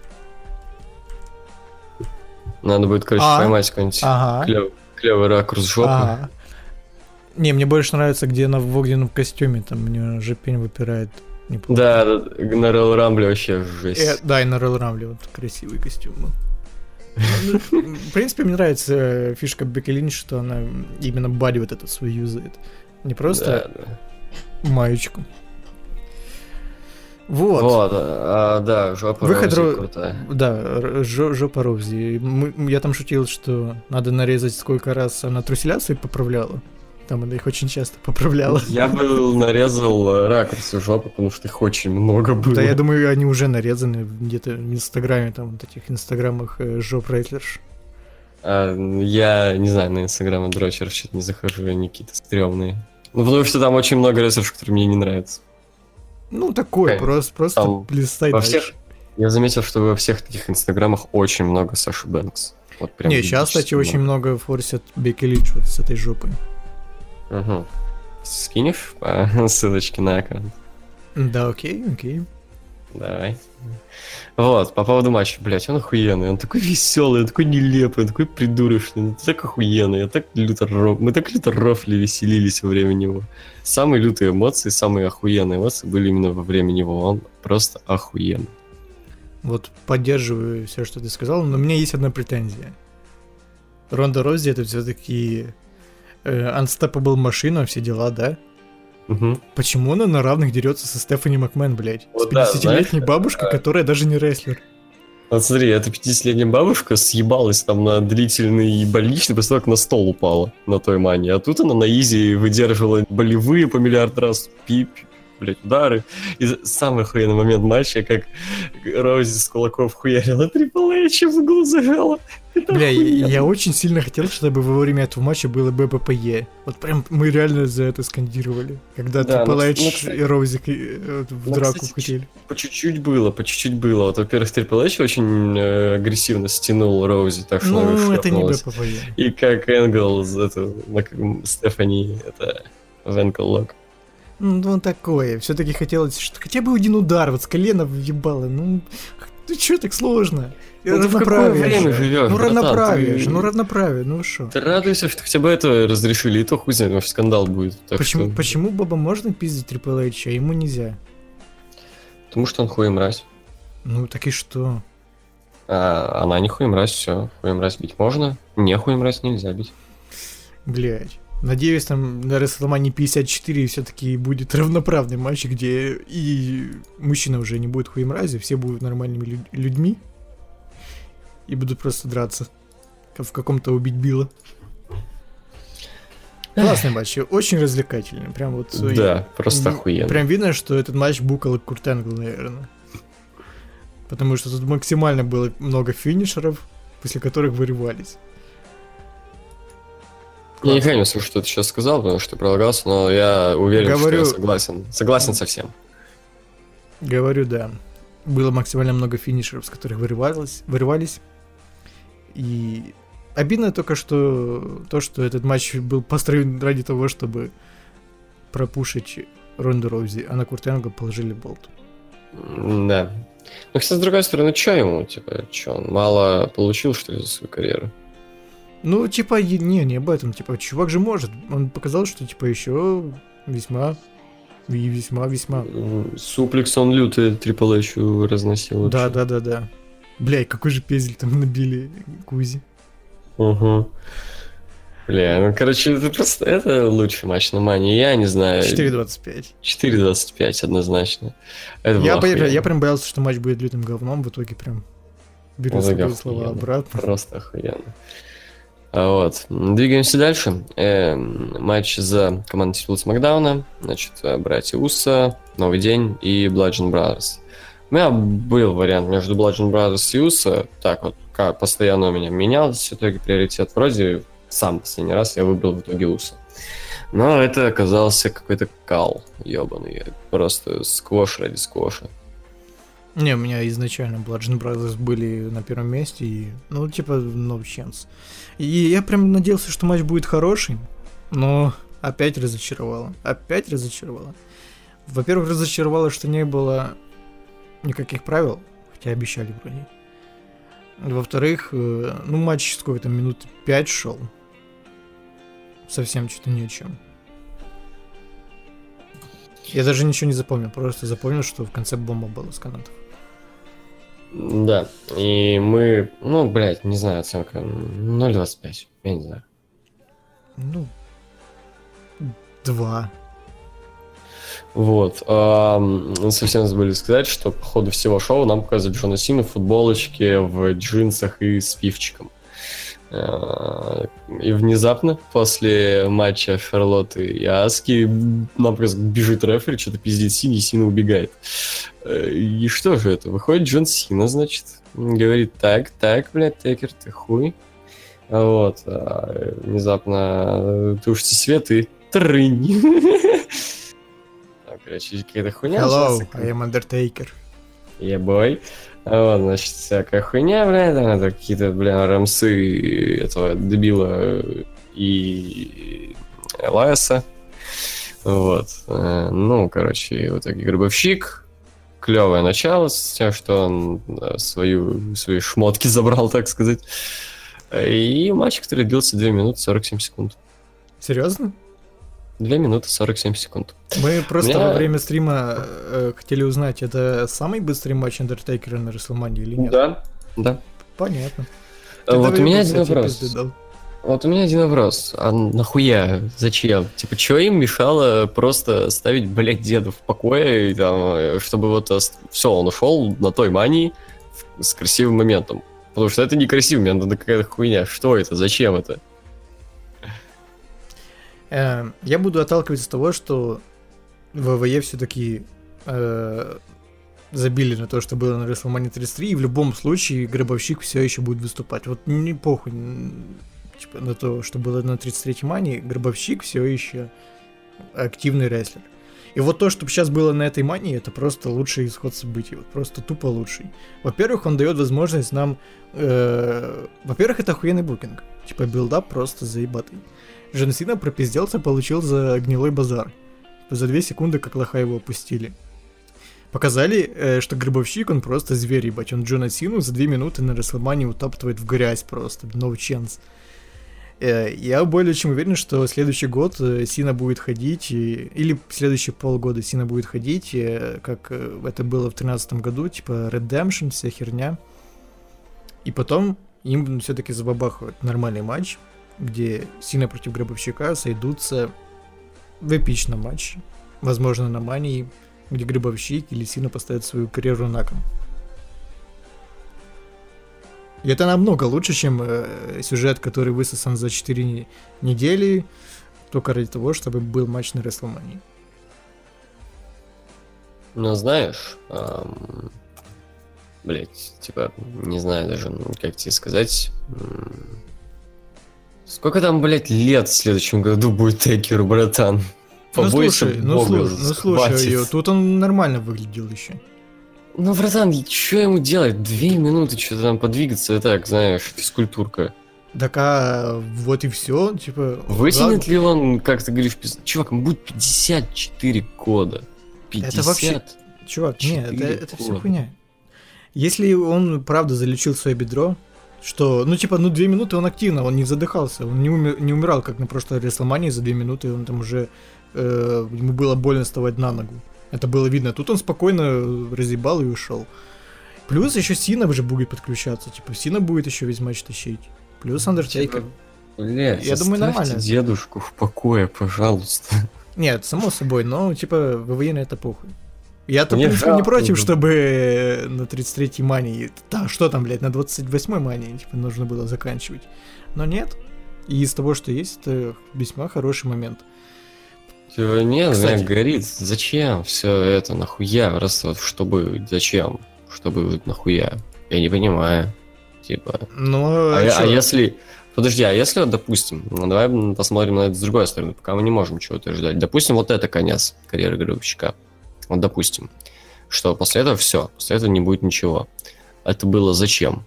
Надо будет, короче, А? поймать какой-нибудь Ага. клёв- клёвый ракурс жопы. Ага. Не, мне больше нравится, где она в огненном костюме, там у нее жопень выпирает. Неплохо. Да, да, на Royal Rumble вообще жесть. Э, да, и на Royal Rumble вот красивый костюм был. Ну, в принципе, мне нравится э, фишка Бекки Линч, что она именно бади вот этот свой юзает. Не просто Да, да. маечку. Вот. Вот, а, да, жопа Выход Роузи Ро... крутая. Да, ж- жопа Роузи. Мы... Я там шутил, что надо нарезать, сколько раз она труселя свои поправляла. Там она их очень часто поправляла. Я бы нарезал ракурсы жопы, потому что их очень много было. Да, я думаю, они уже нарезаны где-то в Инстаграме, там, вот этих Инстаграмах э, жоп рейтлерш. А, я не знаю, на Инстаграм и дрочер что-то не захожу, они какие-то стрёмные. Ну, потому что там очень много ресурсов, которые мне не нравятся. Ну, такой, Okay. просто, просто Там листай во дальше. всех, я заметил, что во всех таких инстаграмах очень много Саши Бэнкс. Вот прям Не, сейчас, кстати, много. очень много форсят Бекки Линч вот с этой жопой. Угу. Скинешь по ссылочке на аккаунт? Да, окей, окей. Давай. Вот, по поводу матча, блять, он охуенный, он такой веселый, он такой нелепый, он такой придурочный, он так охуенный, я так люто ро... мы так люто рофли веселились во время него. Самые лютые эмоции, самые охуенные эмоции были именно во время него, он просто охуенный. Вот поддерживаю все, что ты сказал, но у меня есть одна претензия. Ронда Роузи это все-таки э, Unstoppable машина, все дела, да? Угу. Почему она на равных дерется со Стефани Макмен, блядь? Вот с пятидесятилетней да, бабушкой, да. которая даже не рестлер. Вот смотри, эта пятидесятилетняя бабушка съебалась там на длительный больничный после того, как на стол упала на той мане. А тут она на изи выдерживала болевые по миллиард раз, пип, блять, удары. И самый охуенный момент матча, как Роузи с кулаков хуярила Трипл Эйч в углу завела. Бля, я, я очень сильно хотел, чтобы во время этого матча было бэ пэ пэ е. Вот прям мы реально за это скандировали. Когда да, Трипл ну, Эйч ну, и Роузи э, в ну, драку кстати, хотели. По чуть-чуть было, по чуть-чуть было. Вот, во-первых, Трипл Эйч очень э, агрессивно стянул Роузи, так что ну, она это не бэ шлепнулась. пэ пэ е. И как Энгл, это, Стефани, это в Энкл Лок. Ну, такое. Все-таки хотелось, что хотя бы один удар, вот с колена въебало. Ну, ну что так сложно? Ну, ты в какое время живешь? Ну, братан, равноправие ты... же, ну, равноправие, ну что? Ты радуйся, что хотя бы это разрешили, и то хуй знает, может, скандал будет. Так Почему, что... почему Боба можно пиздить Трипл Эйч, а ему нельзя? Потому что он хуй мразь. Ну, так и что? А она не хуй мразь, все. Хуй мразь бить можно, не хуй мразь нельзя бить. Блять. Надеюсь, там на WrestleMania пятьдесят четыре все-таки будет равноправный матч, где и мужчина уже не будет хуемрази, все будут нормальными лю- людьми и будут просто драться, как в каком-то убить Билла. Классный матч, очень развлекательный, прям вот. Да, просто охуенно. Прям видно, что этот матч букал Курт Энгл, наверное. Потому что тут максимально было много финишеров, после которых вырывались. Я не помню, что ты сейчас сказал, потому что пролагался, но я уверен, Говорю... что я согласен. Согласен со всем. Говорю, да. Было максимально много финишеров, с которых вырывались, вырывались. И обидно только, что то, что этот матч был построен ради того, чтобы пропушить Ронду Роузи, а на Курт Энгла положили болт. Да. Но, кстати, с другой стороны, что ему? Типа, что, он мало получил, что ли, за свою карьеру? Ну, типа, не, не об этом. Типа, чувак же может. Он показал, что, типа, еще весьма и весьма-весьма. Суплекс он лютый Трипл Эйчу разносил. Да, да, да, да. Бля, какой же пезель там набили Кузи. Угу. Бля, ну, короче, это просто это лучший матч на Мане. Я не знаю. четыре двадцать пять. четыре двадцать пять однозначно. Это я, было я, я прям боялся, что матч будет лютым говном. В итоге прям беру в итоге свои слова обратно. Просто охуенно. А вот. Двигаемся дальше. Э, матч за команду титул Смакдауна. Значит, братья Уса, Новый день и Bludgeon Brothers. У меня был вариант между Bludgeon Brothers и Уса. Так вот, как постоянно у меня менялся в итоге приоритет. Вроде сам последний раз я выбрал в итоге Уса. Но это оказался какой-то кал ебаный. Просто сквош ради сквоша. Не, у меня изначально Bludgeon Brothers были на первом месте, и, ну, типа, no chance. И я прям надеялся, что матч будет хороший, но опять разочаровало. Опять разочаровало. Во-первых, разочаровало, что не было никаких правил, хотя обещали вроде. Во-вторых, ну, матч сколько-то, минут пять шел. Совсем что-то ни о чем. Я даже ничего не запомнил, просто запомнил, что в конце бомба была с канатов. Да, и мы, ну, блядь, не знаю, оценка ноль двадцать пять, я не знаю. Ну, два. Вот. А, совсем забыли сказать, что по ходу всего шоу нам показывают Джона Сину в футболочке, в джинсах и с пивчиком. А, и внезапно, после матча Шарлотты и Аски, нам просто бежит рефери, что-то пиздит Сина, и Сина убегает. И что же это? Выходит Джон Сина, значит, говорит: так, так, блядь, Текер, ты хуй. Вот. А внезапно тушите свет и трынь. Короче, какая-то хуйня. Hello, I am Undertaker. Yeah, boy. Вот, значит, всякая хуйня, блядь, там, это какие-то, бля, рамсы этого дебила и Элайса. Вот. Ну, короче, в итоге Гробовщик. Клевое начало с тем, что он свою, свои шмотки забрал, так сказать. И матч, который длился две минуты сорок семь секунд. Серьезно? две минуты сорок семь секунд. Мы просто Меня... во время стрима э, хотели узнать, это самый быстрый матч Андертейкера на Расселмании или нет? Да, да. Понятно. Вот у меня один вопрос. Вот у меня один вопрос. А нахуя? Зачем? Типа, что им мешало просто ставить, блядь, деда в покое, и, там, чтобы вот все, он ушел на той мании с красивым моментом? Потому что это не красивый момент, это какая-то хуйня. Что это? Зачем это? Я буду отталкиваться от того, что ВВЕ все-таки э, забили на то, что было на WrestleMania тридцать три, и в любом случае Гробовщик все еще будет выступать. Вот не похуй типа, на то, что было на тридцать третьей мании, Гробовщик все еще активный рестлер. И вот то, что сейчас было на этой мании, это просто лучший исход событий, вот просто тупо лучший. Во-первых, он дает возможность нам... Э, во-первых, это охуенный букинг. Типа билдап просто заебатый. Джон Сина пропизделся, получил за гнилой базар. За две секунды, как лоха его опустили. Показали, э, что Гробовщик, он просто зверь, ебать. Он Джона Сину за две минуты на Расселмании утаптывает в грязь просто. No chance. Э, я более чем уверен, что следующий год э, Сина будет ходить, и, или следующие полгода Сина будет ходить, э, как э, это было в тринадцатом году, типа Redemption, вся херня. И потом им все-таки забабахают нормальный матч, где Сина против Гробовщика сойдутся в эпичном матче. Возможно, на мании, где Гробовщик или Сина поставят свою карьеру на кон. И это намного лучше, чем э, сюжет, который высосан за четыре недели, только ради того, чтобы был матч на WrestleMania. Ну, знаешь, эм, блять, типа, не знаю даже, как тебе сказать. Сколько там, блядь, лет в следующем году будет Текеру, братан? Побойся ну, слушай, ну, слушай, ну, слушай, ее, тут он нормально выглядел еще. Ну, братан, что ему делать? Две минуты что-то там подвигаться, это так, знаешь, физкультурка. Так, а вот и все, типа... Вытянет да... ли он, как ты говоришь, пиз... чувак, ему будет пятьдесят четыре года. пятьдесят это вообще... Чувак, нет, это, это все хуйня. Если он, правда, залечил свое бедро, что, ну, типа, ну, две минуты он активно, он не задыхался, он не, умер, не умирал, как на прошлой WrestleMania за две минуты, он там уже, э, ему было больно вставать на ногу. Это было видно. Тут он спокойно разъебал и ушел. Плюс еще Сина уже будет подключаться, типа, Сина будет еще весь матч тащить. Плюс Андертейкер. Блять, я думаю, нормально. Дедушку в покое, пожалуйста. Нет, само собой, но, типа, ВВЕ на это похуй. Я-то, в принципе, не против, чтобы на тридцать третьей мании, да, что там, блядь, на двадцать восьмой мании, типа, нужно было заканчивать. Но нет. И из того, что есть, это весьма хороший момент. Типа, нет, меня горит. Зачем все это, нахуя? Раз вот, чтобы, зачем? Чтобы нахуя? Я не понимаю. Типа. Ну, а, а если... Подожди, а если, вот, допустим, ну, давай посмотрим на это с другой стороны, пока мы не можем чего-то ждать. Допустим, вот это конец карьеры Гробовщика. Вот допустим, что после этого все, после этого не будет ничего. Это было зачем?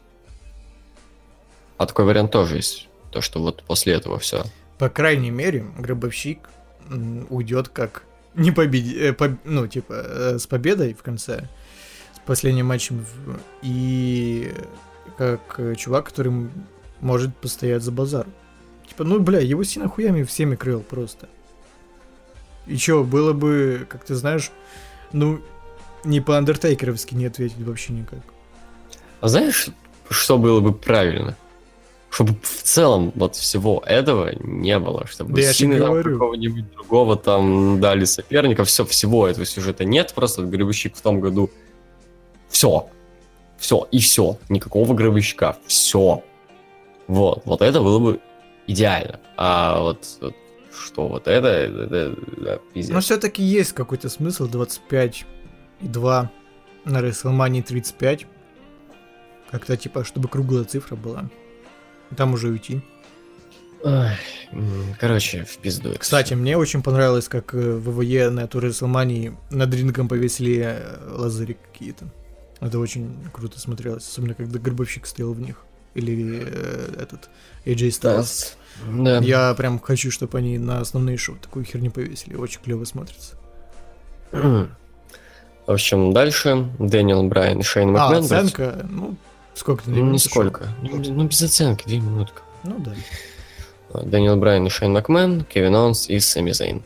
А такой вариант тоже есть. То, что вот после этого все. По крайней мере, Гробовщик уйдет как не победи... Э, поб... ну, типа, э, с победой в конце, с последним матчем, в... и как э, чувак, который может постоять за базар. Типа, ну, бля, его Сина хуями всеми крыл просто. И чё, было бы, как ты знаешь, ну, не по-андертейкеровски не ответить вообще никак. А знаешь, что было бы правильно? чтобы в целом вот всего этого не было, чтобы да Сины там какого-нибудь другого там дали соперника, все, всего этого сюжета нет, просто вот Гробовщик в том году все, все и все, никакого Гробовщика, все. Вот, вот это было бы идеально. А вот, вот что вот это, это, это да, пиздец. Но все-таки есть какой-то смысл двадцать пять и два на WrestleMania тридцать пять. Как-то типа, чтобы круглая цифра была. И там уже уйти. Ой, короче, в пизду. Кстати, все. Мне очень понравилось, как в ВВЕ на эту WrestleMania над рингом повесили лазари какие-то. Это очень круто смотрелось. Особенно, когда Гробовщик стоял в них. Или э, этот эй джей Styles. Да. Я прям хочу, чтобы они на основные шоу такую херню повесили. Очень клево смотрится. В общем, дальше Дэниел Брайан и Шейн Макмен. А, оценка, брать... ну, сколько ты Ну, не сколько. Ну, ну, без оценки, две минутки. Ну, да. Дэниел Брайан и Шейн Макмен, Кевин Оуэнс и Сами Зейн.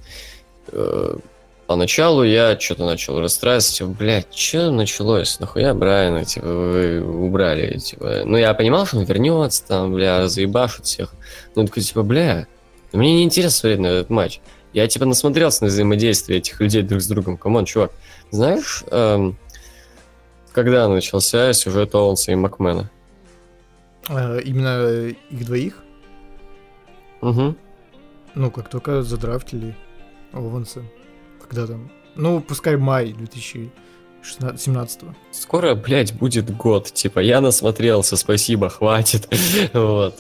Поначалу я что-то начал расстраиваться, блядь, что началось, нахуя Брайана, типа, вы убрали, типа, ну, я понимал, что он вернется, там, бля, заебашут всех, ну, такой, типа, бля, мне не интересно смотреть на этот матч, я, типа, насмотрелся на взаимодействие этих людей друг с другом, камон, чувак, знаешь, эм, когда начался сюжет Оуэнса и Макмена? А, именно их двоих? Угу. Ну, как только задрафтили Оуэнса. Когда там? Ну, пускай май две тысячи семнадцатого. Скоро, блядь, будет год. Типа, я насмотрелся, спасибо, хватит. Вот.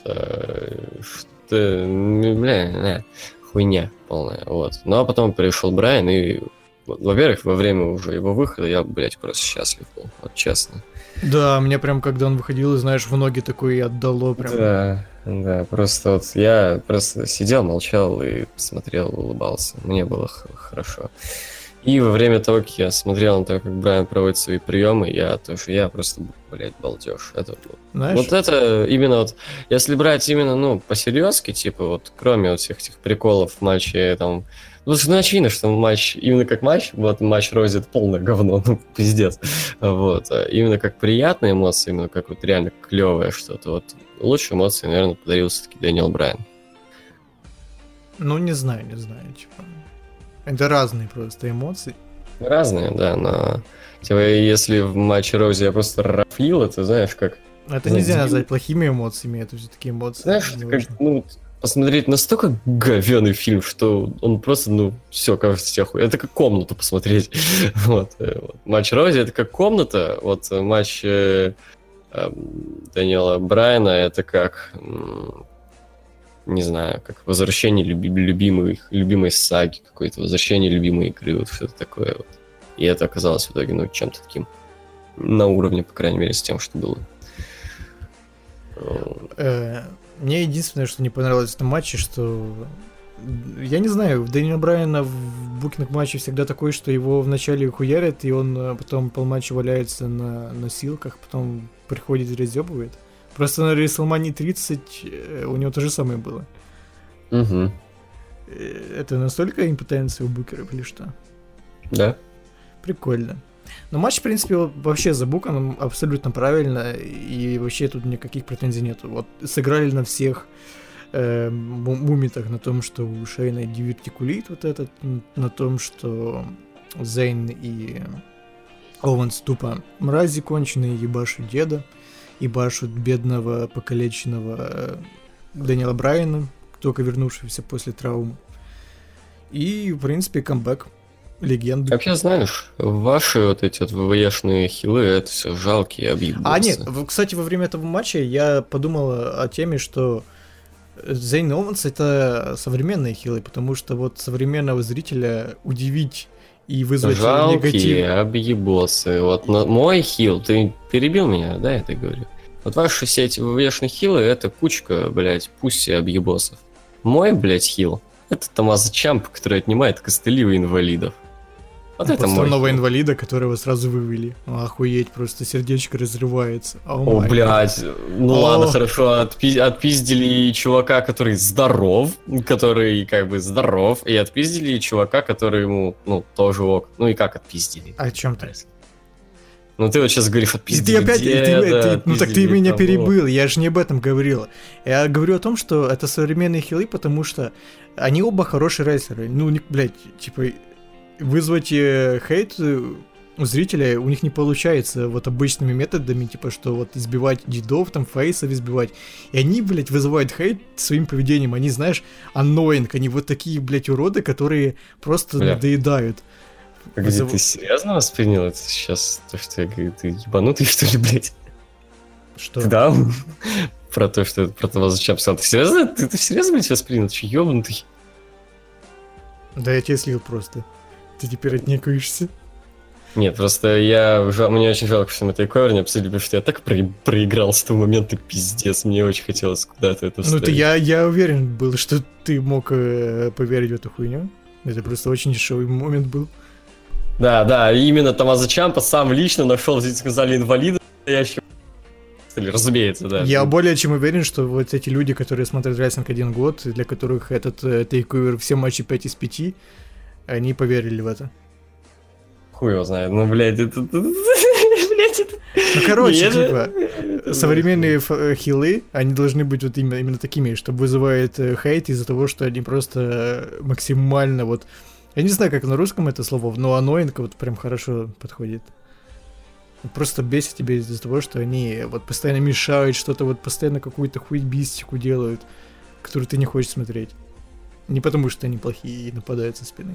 Что, бля, хуйня полная. Вот. Ну, а потом пришел Брайан, и, во-первых, во время уже его выхода я, блядь, просто счастлив был. Вот честно. Да, мне прям, когда он выходил, знаешь, в ноги такое отдало прям. Да, да, просто вот я просто сидел, молчал и смотрел, улыбался. Мне было х- хорошо. И во время того, как я смотрел на то, как Брайан проводит свои приемы, я тоже, я просто, блядь, балдеж. Это, знаешь? Вот это именно вот, если брать именно, ну, по-серьезки, типа вот, кроме вот всех этих приколов в матче, там, ну, ну, очевидно, что матч, именно как матч, вот матч Рози это полное говно, ну, пиздец. Вот. А именно как приятные эмоции, именно как вот реально клевое что-то, вот лучшие эмоции, наверное, подарил все-таки Дэниел Брайан. Ну, не знаю, не знаю, типа. Это разные просто эмоции. Разные, да, но типа, если в матче Рози я просто рафлил, это знаешь, как... Это нельзя назвать плохими эмоциями, это все-таки эмоции. Знаешь, это как, ну, посмотреть настолько говёный фильм, что он просто, ну, все, кажется, тебе хуй. Это как комнату посмотреть. Вот, вот. Матч Рози это как комната, вот матч э, э, Дэниела Брайана это как, м- не знаю, как возвращение люби- любимой, любимой саги, какое-то возвращение любимой игры, вот что-то такое вот. И это оказалось в итоге, ну, чем-то таким на уровне, по крайней мере, с тем, что было. Мне единственное, что не понравилось в этом матче, что... Я не знаю, Дэниела Брайана в букинг матче всегда такой, что его вначале хуярят, и он потом полматча валяется на носилках, потом приходит и разъебывает. Просто на WrestleMania тридцать у него то же самое было. Угу. Это настолько импотенция у букеров или что? Да. Прикольно. Но матч, в принципе, вообще забукан абсолютно правильно, и вообще тут никаких претензий нету. Вот сыграли на всех э, мумитах, на том, что у Шейна дивертикулит вот этот, на том, что Зейн и Оуэнс тупо мрази конченые, ебашут деда, ебашут бедного покалеченного Дэниела Брайана, только вернувшегося после травмы. И, в принципе, камбэк. Легенды. Вообще, знаешь, ваши вот эти вот ВВЕшные хилы, это все жалкие объебусы. А, нет, кстати, во время этого матча я подумал о теме, что Зейн Оуэнс это современные хилы, потому что вот современного зрителя удивить и вызвать жалкие негатив. Жалкие объебосы. Вот на мой хил, ты перебил меня, да, я так говорю? Вот ваши все эти ВВЕшные хилы, это кучка, блядь, пусси объебосов. Мой, блядь, хил, это Томмазо Чампа, который отнимает костыли у инвалидов. Вот это мой нового инвалида, которого сразу вывели. Охуеть, просто сердечко разрывается. О, О блядь. Ну О. ладно, хорошо. Отпи- отпиздили чувака, который здоров, который как бы здоров, и отпиздили чувака, который ему, ну, тоже ок. Ну и как отпиздили? А о чем ты? Ну ты вот сейчас говоришь, отпизди, ты опять, где, ты, да, ты, ну так ты меня того. перебил, я же не об этом говорил. Я говорю о том, что это современные хилы, потому что они оба хорошие рестлеры. Ну, блядь, типа, вызвать э, хейт у зрителя у них не получается вот обычными методами, типа, что вот избивать дедов, там, фейсов избивать. И они, блядь, вызывают хейт своим поведением. Они, знаешь, annoying, они вот такие, блядь, уроды, которые просто Бля. надоедают. Погоди, Вызов... ты серьезно воспринял это сейчас? То, что я говорю, ты ебанутый, что ли, блядь? Что? Да, про то, что про того, зачем писал. Ты серьезно? Ты, ты серьезно, блядь, воспринял? Ты че, ебанутый? Да я тебя слил просто. Ты теперь отнекаешься. Нет, просто я... Мне очень жалко, что мы тейковер не обсудили, потому что я так про... проиграл с того момента, пиздец. Мне очень хотелось куда-то это вставить. Ну, ты, я, я уверен был, что ты мог э, поверить в эту хуйню. Это просто очень дешевый момент был. Да, да, именно Томмазо Чампа сам лично нашел в зрительском зале инвалида, настоящего. Разумеется, да. Я более чем уверен, что вот эти люди, которые смотрят рестлинг один год, для которых этот э, тейковер все матчи пять из пяти, они поверили в это. Хуй его знает, ну, блядь, это... блядь, это... Ну, короче, типа, современные хилы, они должны быть вот именно, именно такими, что вызывает хейт из-за того, что они просто максимально вот... Я не знаю, как на русском это слово, но annoying вот прям хорошо подходит. Просто бесит тебя из-за того, что они вот постоянно мешают что-то, вот постоянно какую-то хуйбистику делают, которую ты не хочешь смотреть. Не потому, что они плохие и нападают со спины.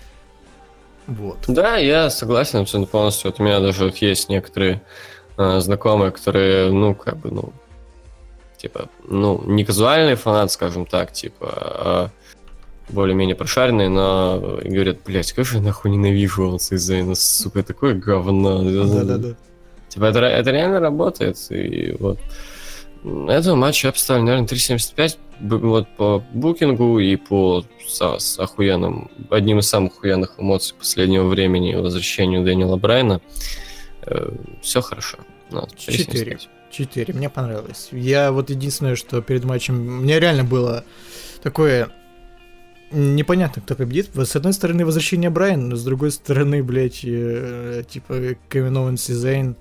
Вот. Да, я согласен абсолютно полностью. Вот у меня даже вот есть некоторые э, знакомые, которые, ну, как бы, ну, типа, ну, не казуальный фанат, скажем так, типа, а более-менее прошаренные, но говорят, блять, как же я нахуй ненавижу Олса Зейна, сука, такое говно. Да-да-да. Типа, это, это реально работает, и вот. Этого матча я поставлю, наверное, три семьдесят пять, вот по букингу и по с, с охуенным, одним из самых охуенных эмоций последнего времени возвращению Дэниела Брайана. Э, все хорошо. Четыре. Четыре. Мне понравилось. Я вот единственное, что перед матчем... Мне реально было такое... Непонятно, кто победит. С одной стороны, возвращение Брайана, но с другой стороны, блядь, э, типа Кевин Оуэнс и Зейн.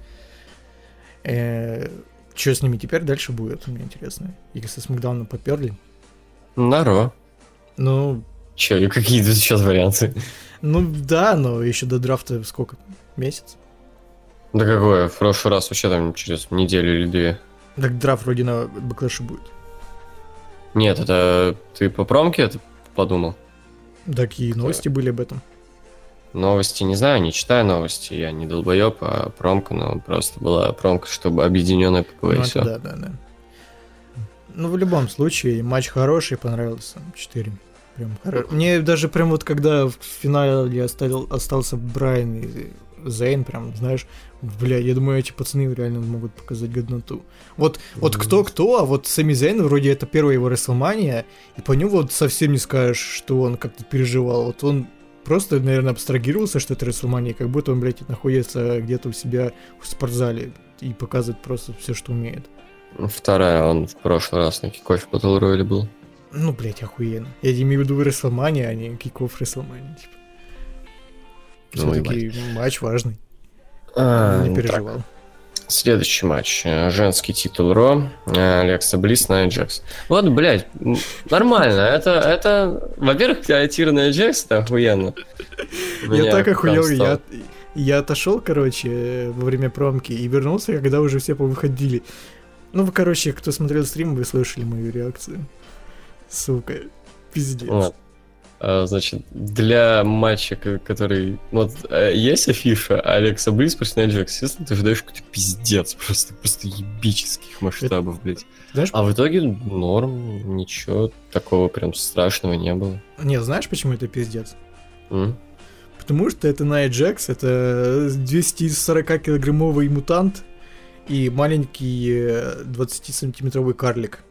Э, что с ними теперь дальше будет, мне интересно. Их со Смакдауна поперли. Наро. Ну... Че, и какие тут сейчас варианты? Ну да, но еще до драфта сколько? Месяц? Да какое? В прошлый раз вообще там через неделю или две. Так драфт вроде на Бэклэше будет. Нет, это ты по промке это подумал? Так и новости были об этом. Новости не знаю, не читаю новости, я не долбоеб, а промка, но просто была промка, чтобы объединенная ППВ, и ну, все. Да, да, да. Ну, в любом случае, матч хороший, понравился. четыре. Прям хоро... Мне даже прям вот когда в финале остал, остался Брайан и Зейн, прям, знаешь, бля, я думаю, эти пацаны реально могут показать годноту. Вот, mm-hmm. вот кто-кто, а вот Сами Зейн, вроде это первая его Рестлмания, и по нему вот совсем не скажешь, что он как-то переживал. Вот он просто, наверное, абстрагировался, что это Рестлмания, как будто он, блядь, находится где-то у себя в спортзале и показывает просто все, что умеет. Вторая, он в прошлый раз на кикофе Battle Royale был. Ну, блядь, охуенно. Я имею в виду Рестлмания, а не кикофф Рестлмания, типа. Все-таки ну, матч важный. А, не переживал. Так. Следующий матч. Женский титул Ро. Алекса Блисс на Джекс. Вот, блядь, нормально. Это, это... Во-первых, Тира на Джекс, это охуенно. Я так охуел. Я, я отошел, короче, во время промки и вернулся, когда уже все повыходили. Ну, вы, короче, кто смотрел стрим, вы слышали мою реакцию. Сука. Пиздец. Вот. Значит, для матча, который... Вот, есть афиша Алекса Блисс против Nia Jax, естественно, ты ждаешь какой-то пиздец, просто, просто ебических масштабов, блядь. Знаешь, а в итоге норм, ничего такого прям страшного не было. Не, знаешь, почему это пиздец? Mm? Потому что это Nia Jax, это двести сорок килограммовый мутант и маленький двадцатисантиметровый карлик.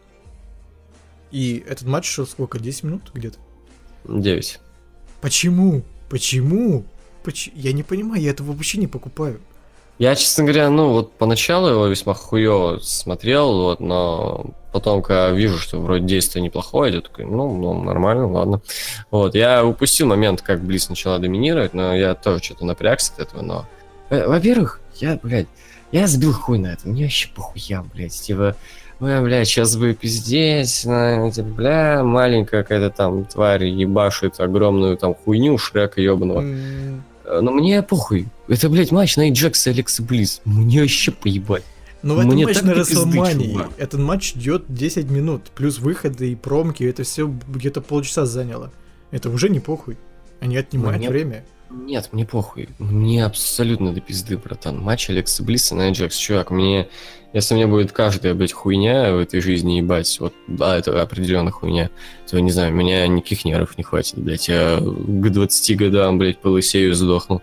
И этот матч шел сколько? десять минут где-то? девять. Почему? Почему? Поч... Я не понимаю, я этого вообще не покупаю. Я, честно говоря, ну вот поначалу его весьма хуёво смотрел, вот, но потом, когда вижу, что вроде действие неплохое, я такой, ну, ну, нормально, ладно. Вот, я упустил момент, как Блисс начала доминировать, но я тоже что-то напрягся от этого, но... Во-первых, Я, блядь, я забил хуй на это. Мне вообще похуя, блядь. Типа, бля, блядь, сейчас вы пиздец, бля, маленькая какая-то там тварь ебашит огромную там хуйню Шрека ебаного. Mm. Но мне похуй. Это, блядь, матч на Эйджекс и Алекса Близ. Мне вообще поебать. Ну, это матч на Расселмании. Этот матч идет десять минут. Плюс выходы и промки. Это все где-то полчаса заняло. Это уже не похуй. Они отнимают мне... время. Нет, мне похуй. Мне абсолютно до пизды, братан. Матч Алекса Блиса на Эйджекс. Чувак, мне... Если у меня будет каждая, блядь, хуйня в этой жизни ебать, вот, да, это определенная хуйня, то, не знаю, у меня никаких нервов не хватит, блядь. Я к двадцати годам, блядь, полысею и сдохну.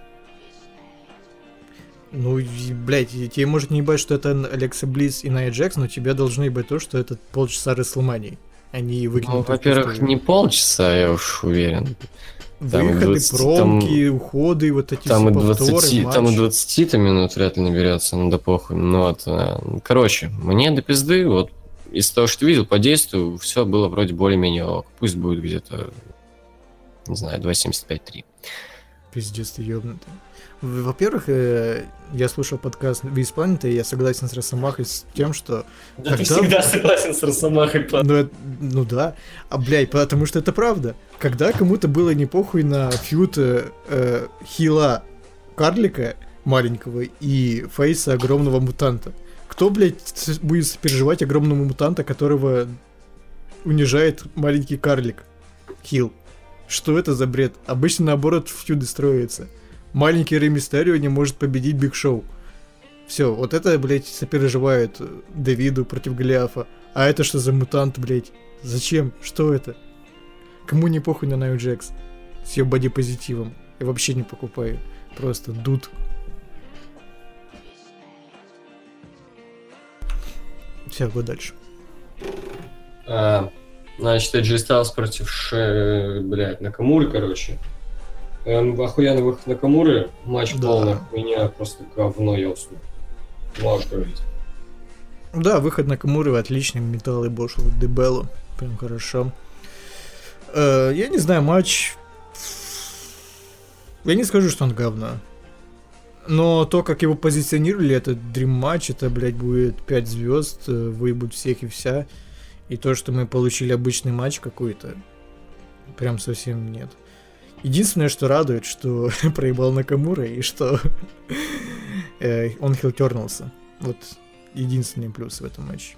Ну, блядь, тебе может не ебать, что это Алекса Близ и Найя Джекс, но тебе должно ебать то, что это полчаса Рестлмании. Они выкинут. Ну, во-первых, не полчаса, я уж уверен. Там выходы, двадцать, промки, там, уходы, вот эти там все повторы, повторы, там и двадцать минут вряд ли наберется, ну да похуй. Ну вот, короче, мне до пизды, вот, из того, что видел по действию, все было вроде более-менее ок. Пусть будет где-то, не знаю, два семьдесят пять три. Пиздец, ты ёбнутый. Во-первых, я слушал подкаст Виз Планета, и я согласен с Росомахой с тем, что... Да когда... ты всегда согласен с Росомахой. Ну, это... ну да, а, блядь, потому что это правда. Когда кому-то было не похуй на фьюд э, хила карлика маленького и фейса огромного мутанта, кто, блядь, будет сопереживать огромного мутанта, которого унижает маленький карлик хил? Что это за бред? Обычно наоборот фьюды строятся. Маленький Рэй Мистерио не может победить Биг Шоу. Все, вот это, блядь, сопереживает Давиду против Голиафа. А это что за мутант, блядь? Зачем? Что это? Кому не похуй на Найю Джекс? С ее бодипозитивом. Я вообще не покупаю. Просто дуд. Все, го дальше. А, значит, Эджи Стайлс против Ше... блядь, Накамуры, короче. Эм, охуенный выход Накамуры, матч да. Полная хуйня, просто говно, я усну. Можешь говорить. Да, выход Накамуры отличный, металл и бошел Дебеллу, прям хорошо. Э, я не знаю, матч... Я не скажу, что он говно. Но то, как его позиционировали, это дрим матч, это, блядь, будет пять звезд, выебут всех и вся. И то, что мы получили обычный матч какой-то, прям совсем нет. Единственное, что радует, что проебал Накамура и что э, он хилтернулся. Вот единственный плюс в этом матче.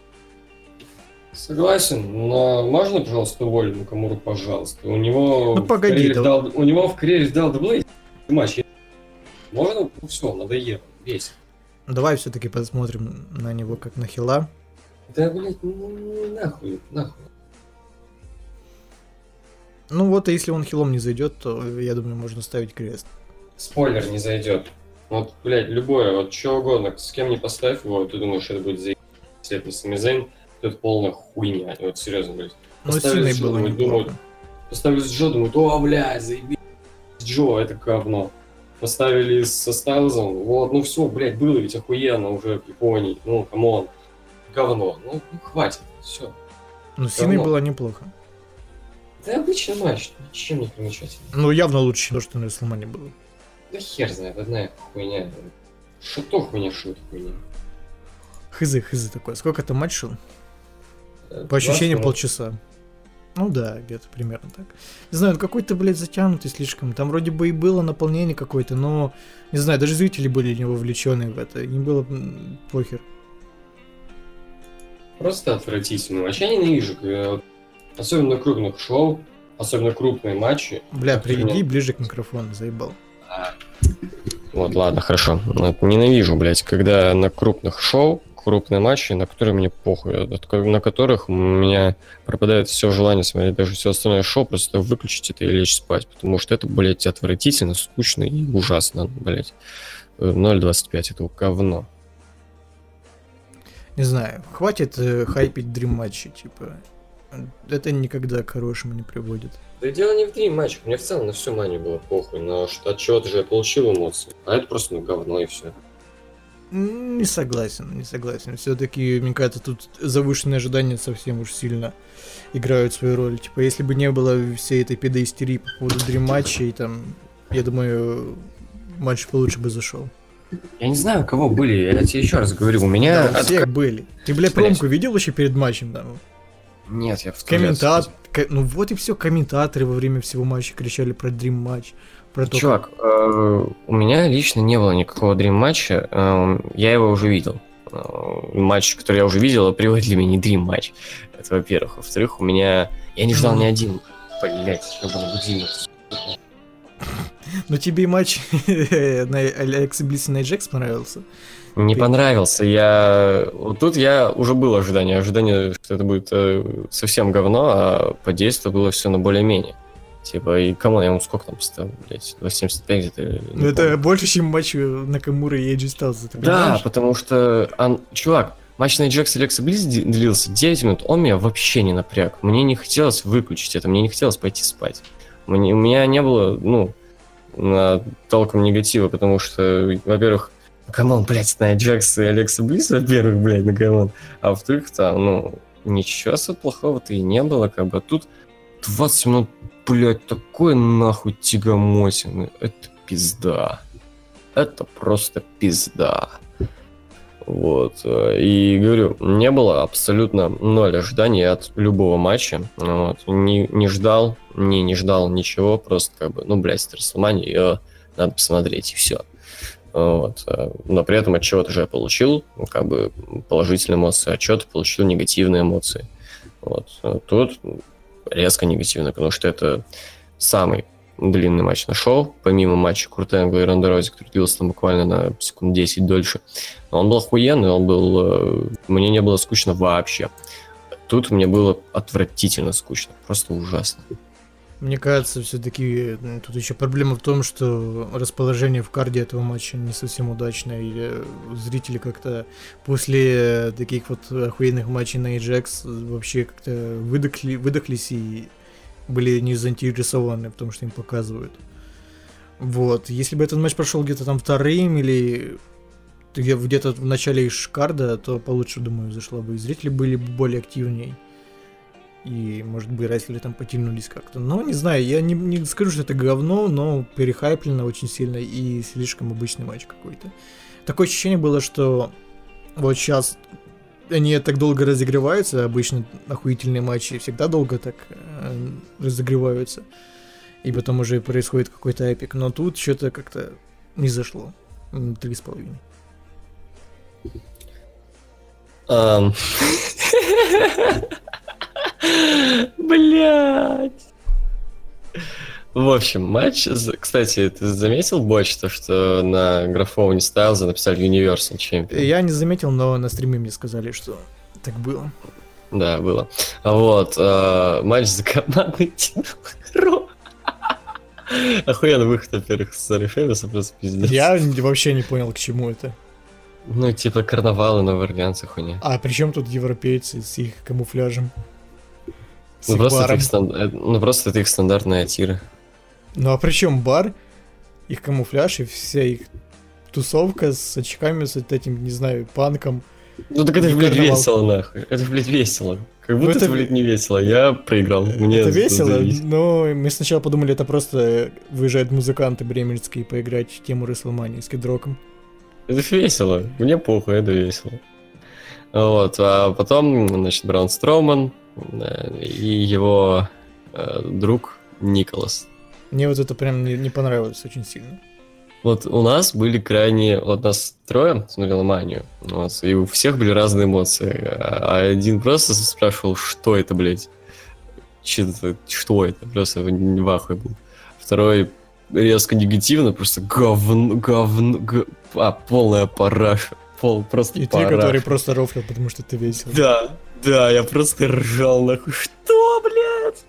Согласен, но можно, пожалуйста, уволить Накамуру, пожалуйста? У него ну, погоди, да... дал, у него в карьере в дабл ю дабл ю и матч. Можно? Ну все, надоело, весь. Давай все-таки посмотрим на него как на хила. Да, блядь, ну нахуй, нахуй. Ну вот, а если он хилом не зайдет, то, я думаю, можно ставить крест. Спойлер, не зайдет. Вот, блядь, любое, вот что угодно, с кем не поставь его, ты думаешь, это будет заебать. Если это Сами Зейн, то это полная хуйня. Вот серьезно, блядь. Поставили с Джо, было думают, поставили с Джо, думают, о, блядь, заебись, Джо, это говно. Поставили со Стайлзом, вот, ну все, блядь, было ведь охуенно уже в Японии, ну, камон, говно, ну, ну хватит, все. Ну, с Синой было неплохо. Да обычный матч, ничем не примечательный. Ну, явно лучше, чем то, что на Рестлмане было. Да хер знает, одна хуйня. Что то хуйня, что это хуйня. Хз, хз такое. Сколько там матч шел? По ощущениям полчаса. Ну да, где-то примерно так. Не знаю, он какой-то, блядь, затянутый слишком. Там вроде бы и было наполнение какое-то, но, не знаю, даже зрители были не вовлечены в это. Им было похер. Просто отвратительно. Вообще я ненавижу, когда... Особенно на крупных шоу, особенно крупные матчи. Бля, приведи меня... ближе к микрофону, заебал. А. Вот, ладно, хорошо. Ненавижу, блядь, когда на крупных шоу, крупные матчи, на которые мне похуй, на которых у меня пропадает все желание смотреть даже все остальное шоу, просто выключить это и лечь спать, потому что это, блядь, отвратительно, скучно и ужасно, блядь. ноль двадцать пять это говно. Не знаю, хватит э, хайпить дрим-матчи, типа... Это никогда к хорошему не приводит. Да дело не в дрим матчах, мне в целом на всю манию было похуй, но что от чего-то же я получил эмоции, а это просто ну говно и все. Не согласен, не согласен. Все-таки, мне кажется, тут завышенные ожидания совсем уж сильно играют свою роль. Типа, если бы не было всей этой педоистерии по поводу дрим матчей, там, я думаю, матч получше бы зашел. Я не знаю, у кого были, я тебе еще раз говорю, у меня... Да, у всех были. Ты, бля, промку видел вообще перед матчем там? Нет, я в Комментатор... Ну вот и все, комментаторы во время всего матча кричали про Dream Match. Про то, Чувак, как... э, у меня лично не было никакого Dream матча, э, я его уже видел. Э, матч, который я уже видел, априори для меня не Dream матч. Это во-первых. Во-вторых, у меня... Я не ждал mm. ни один. Блять, я был будильник. Ну тебе и матч на Алекса Близ и Nia Jax понравился? Не Ты... понравился. Я... Вот тут я уже было ожидание. Ожидание, что это будет э, совсем говно, а по действию было все на более-менее. Типа, и кому я ему сколько там поставил, блядь, два семьдесят пять где-то. Ну это помню. Больше, чем матч Накамуры и Эйджи Стайлза, ты Да, понимаешь? потому что, он... чувак, матч Nia Jax и Алекса Близ длился девять минут, он меня вообще не напряг. Мне не хотелось выключить это, мне не хотелось пойти спать. Мне... У меня не было, ну, на... толком негатива, потому что, во-первых, камон, блядь, Nia Jax и Алекса Близ, во-первых, блядь, ну камон. А во-вторых, там, ну, ничего плохого-то и не было, как бы. Тут двадцать минут, блядь, такой нахуй тягомотины. Это пизда. Это просто пизда. Вот. И говорю, не было абсолютно ноль ожиданий от любого матча. Вот. Не, не ждал, не, не ждал ничего. Просто как бы, ну, блядь, это WrestleMania, ее надо посмотреть, и все. Вот. Но при этом от чего-то же я получил как бы положительные эмоции, от чего-то получил негативные эмоции. Вот. Тут резко негативно, потому что это самый длинный матч на шоу, помимо матча Курт Энгла и Ронда Роузи, который длился там буквально на секунд десять дольше. Но он был охуенный, он был... Мне не было скучно вообще. Тут мне было отвратительно скучно, просто ужасно. Мне кажется, все-таки тут еще проблема в том, что расположение в карде этого матча не совсем удачное, и зрители как-то после таких вот охуенных матчей на Nia Jax вообще как-то выдохли, выдохлись и были не заинтересованы в том, что им показывают. Вот. Если бы этот матч прошел где-то там вторым или где-то в начале карда, то получше, думаю, зашло бы. И зрители были бы более активнее. И, может быть, рестлеры там потянулись как-то. Но, не знаю, я не, не скажу, что это говно, но перехайплено очень сильно и слишком обычный матч какой-то. Такое ощущение было, что вот сейчас они так долго разогреваются, обычно охуительные матчи всегда долго так э, разогреваются, и потом уже происходит какой-то эпик, но тут что-то как-то не зашло. Три с половиной. Um... Блять. В общем, матч... Кстати, ты заметил, Боч, то, что на графоне Стайлза написали Universal Champion? Я не заметил, но на стриме мне сказали, что так было. Да, было. Вот. Э, матч за командный титул Ро. Охуенный выход, во-первых, с Рефемиса, просто пиздец. Я вообще не понял, к чему это. Ну, типа карнавалы на Орлеанце, хуйня. А при чем тут европейцы с их камуфляжем? Ну просто, это их станд... ну просто это их стандартная тира. Ну а при чем бар, их камуфляж и вся их тусовка с очками, с этим, не знаю, панком. Ну так это, блядь, весело, нахуй. Это, блядь, весело. Как будто ну, это, это, блядь, не весело. Я проиграл. Мне это весело, зависит. Но мы сначала подумали, это просто выезжают музыканты бременские поиграть в тему WrestleMania с Кидроком. Это весело. Мне похуй, это весело. Вот, а потом, значит, Браун Строуман и его э, друг Николас. Мне вот это прям не, не понравилось очень сильно. Вот у нас были крайне... Вот нас трое смотрели Манию, вот, и у всех были разные эмоции. А один просто спрашивал, что это, блядь? Что-то, что это? Просто в ахуе был. Второй резко негативно, просто говно, говно, г... а, полная параша. Пол, просто и параша. ты, который просто рофлил, потому что ты весело. Да, да, я просто ржал, нахуй. Что, блядь?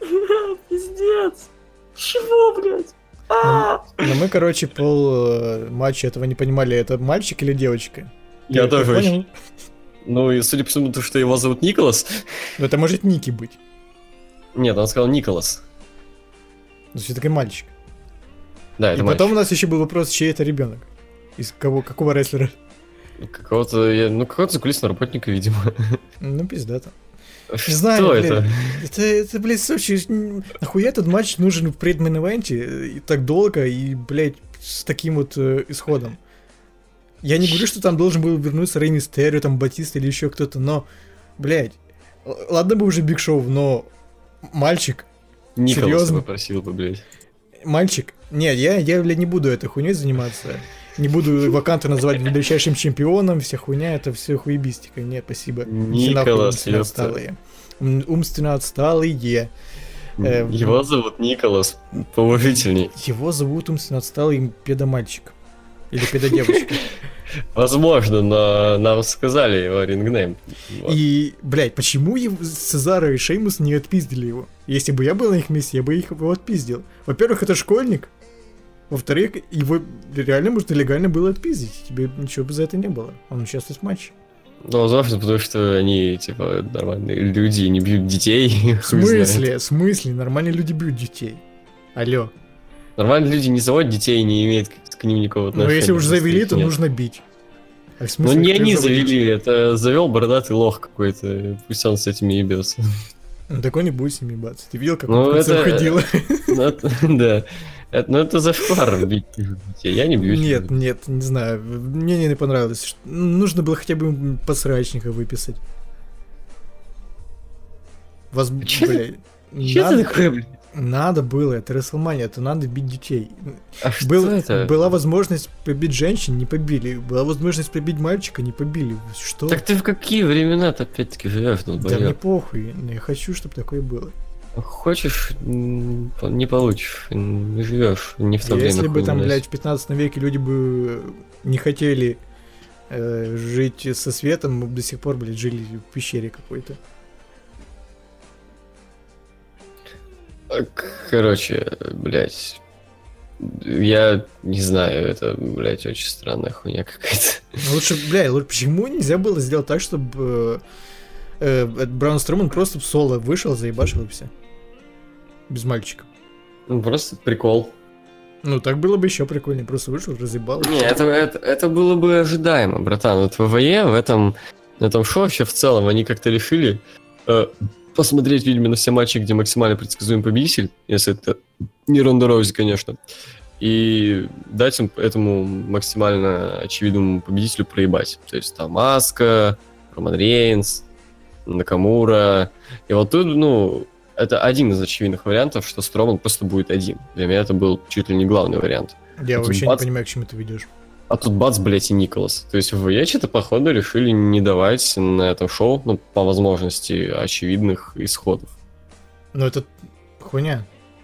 Пиздец. Чего, блядь? Но, но мы, короче, пол матча этого не понимали, это мальчик или девочка? Я Ты тоже очень. Ну, и судя по всему, то, что его зовут Николас. Но это может Ники быть. Нет, он сказал Николас. Ну, все-таки мальчик. Да, это и мальчик. Потом у нас еще был вопрос, чей это ребенок? Из кого, какого рестлера? Какого-то, ну, какого-то закулисного работника, видимо. Ну, пиздата. Не знаю, что это? Это, это, блядь, Сочи, нахуя этот матч нужен в предмейн-ивенте и так долго, и, блядь, с таким вот э, исходом? Я не говорю, что там должен был вернуться Рей Мистерио, там Батиста или еще кто-то, но, блядь, ладно бы уже Биг Шоу, но мальчик, Николаса серьезно? попросил бы, блядь. Мальчик, нет, я, я, блядь, не буду этой хуйней заниматься. Не буду ваканта называть величайшим чемпионом, вся хуйня, это все хуебистика. Нет, спасибо. Николас, умственно отсталые. Ум- Умственно отсталые. Э, Его зовут Николас, положительней. Его зовут умственно отсталый педомальчик. Или педодевочка. Возможно, но нам сказали его рингнейм. Вот. И, блядь, почему его- Сезаро и Шеймус не отпиздили его? Если бы я был на их месте, я бы их его отпиздил. Во-первых, это школьник. Во-вторых, его реально, может, легально было отпиздить. Тебе ничего бы за это не было. Он участвует в матче. Ну, возможно, потому что они, типа, нормальные люди и не бьют детей. В смысле? В смысле? Нормальные люди бьют детей. Алло. Нормальные люди не заводят детей и не имеют к, к ним никакого отношения. Но если уж завели, то Нет. нужно бить. А в Ну, смысле, не ты они заводишь? завели, это завел бородатый лох какой-то. Пусть он с этими ебется. Ну, так он не будет с ними ебаться. Ты видел, как Ну, он в конце это- уходил? Ну, это- Да. Это- Ну, это зашквар бить детей. Я не бью. Нет, нет, не знаю. Мне не понравилось. Ш- Нужно было хотя бы подсрачника выписать. Воз... Чё ты- Блядь, Че надо, ты такое, блядь? надо было, это Расселмания, это надо бить детей. А что Был- это? Была возможность побить женщин, не побили. Была возможность побить мальчика, не побили. Что? Так ты в какие времена-то опять-таки живешь, Да мне долбоёб? похуй, но я хочу, чтобы такое было. Хочешь, м, не получишь, не живешь, не в то время. Если бы хуй там, знает. блядь, в пятнадцатом веке люди бы не хотели э, жить со светом, мы бы до сих пор, блядь, жили в пещере какой-то. Короче, блядь, я не знаю, это, блядь, очень странная хуйня какая-то. Ну, лучше, блядь, лучше почему нельзя было сделать так, чтобы э, э, Браун Строман просто в соло вышел, заебашил и все. Без мальчика. Ну, просто прикол. Ну, так было бы еще прикольнее. Просто вышел, разъебал. и Не, всё. это, это, это было бы ожидаемо, братан. Вот в ВВЕ, в этом, на этом шоу вообще в целом, они как-то решили э, посмотреть, видимо, на все матчи, где максимально предсказуемый победитель, если это не Ронда Роузи, конечно, и дать им этому максимально очевидному победителю проебать. То есть там Аска, Роман Рейнс, Накамура. И вот тут, ну, это один из очевидных вариантов, что Строман просто будет один. Для меня это был чуть ли не главный вариант. Я тут вообще бац. не понимаю, к чему ты ведешь. А тут бац, блядь, и Николас. То есть в ВВЕ что-то, походу, решили не давать на этом шоу, ну, по возможности, очевидных исходов. Ну, это хуйня.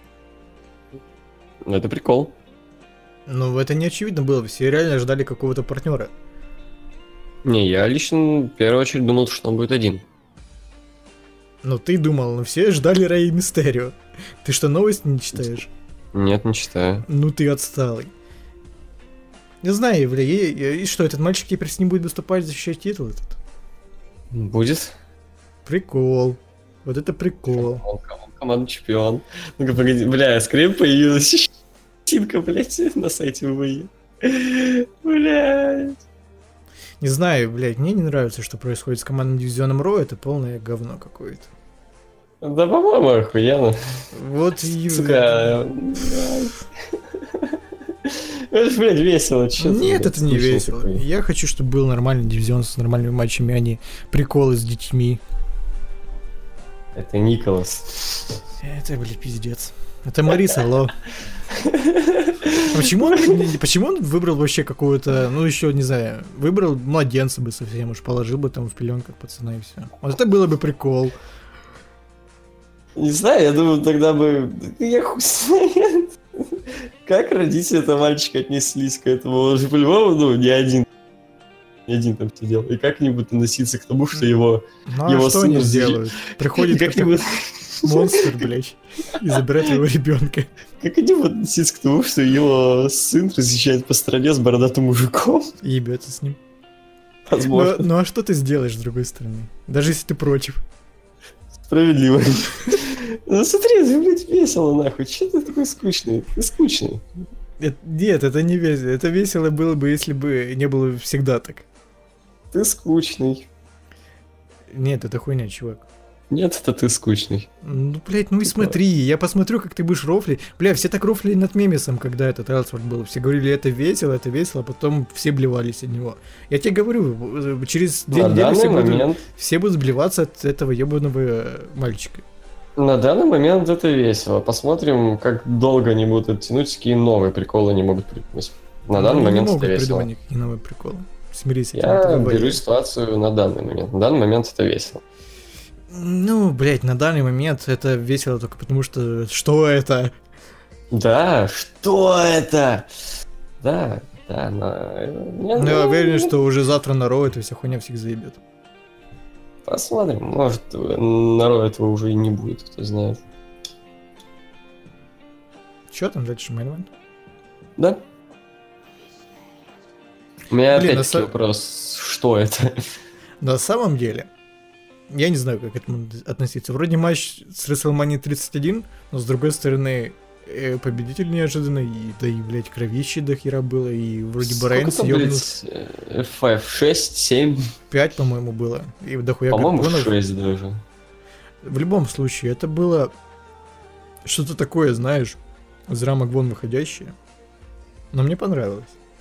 Ну, это прикол. Ну, это не очевидно было. Все реально ждали какого-то партнера. Не, я лично в первую очередь думал, что он будет один. Ну, ты думал, но все ждали Рэй Мистерио. Ты что, новости не читаешь? Нет, не читаю. Ну, ты отсталый. Не знаю, бля, и, и что, этот мальчик теперь с ним будет выступать, защищать титул этот? Будет? Прикол. Вот это прикол. Он, он командный чемпион. Ну-ка, погоди, бля, скорее появилась синка, блядь, на сайте ВВЕ. Блядь. Не знаю, блядь, мне не нравится, что происходит с командным дивизионом Ро, это полное говно какое-то. Да, по-моему, охуенно. Вот и... Сука. Это ж, блядь, весело. чё ты, Нет, блядь, это не скучный весело. такой. Я хочу, чтобы был нормальный дивизион с нормальными матчами, а не приколы с детьми. Это Николас. Это, блядь, пиздец. Это Марис, алло. А Почему он, не- почему он выбрал вообще какого-то, ну еще, не знаю, выбрал младенца бы совсем уж, положил бы там в пеленках пацана и все. Вот это было бы прикол. Не знаю, я думаю, тогда бы... Я хуй знает. Как родители этого мальчика отнеслись к этому? Он же по-любому, ну, не один. Не один там сидел. И как они будут относиться к тому, что его... Ну а Его что сын они разъезж- сделают? Приходит как, они какой-то будут... монстр, блядь, и забирает его ребенка. как они будут относиться к тому, что его сын разъезжает по стране с бородатым мужиком? И ебется с ним. Ну, Возможно. ну а что ты сделаешь с другой стороны? Даже если ты против. Справедливо. Ну смотри, это, блядь, весело, нахуй. Че ты такой скучный? Ты скучный. Это- нет, это не весело. Это весело было бы, если бы не было всегда так. Ты скучный. Нет, это хуйня, чувак. Нет, это ты скучный. Ну, блядь, ну и смотри, я посмотрю, как ты будешь рофлить. Бля, все так рофлили над Мемесом, когда этот Элсворт был. Все говорили, это весело, это весело, а потом все блевались от него. Я тебе говорю, через две На недели все, момент... будут, все будут сблеваться от этого ебаного мальчика. На данный момент это весело. Посмотрим, как долго они будут оттянуть, какие новые приколы они могут придумать. На данный они момент не могут это весело. придумать никакие новые приколы. Смирись с этим. Я беру ситуацию на данный момент. На данный момент это весело. Ну, блядь, на данный момент это весело только потому, что... Что это? Да, что это? Да, да, но... Я, я уверен, что уже завтра на Ро эта вся хуйня всех заебет. Посмотрим, может, на Ро этого уже и не будет, кто знает. Чё там дальше, мейн-эвент? Да. У меня Блин, опять-таки на... вопрос, что это? На самом деле, я не знаю, как к этому относиться. Вроде матч с WrestleMania тридцать один, но с другой стороны, победитель неожиданный, и, да и, блядь, кровищи до хера было, и вроде бы Рейнс ёбнут. эф пять, шесть, семь? пять, по-моему, было. И дохуя По-моему, гарпунов. шесть даже. В любом случае, это было что-то такое, знаешь, из рамок вон выходящее. Но мне понравилось.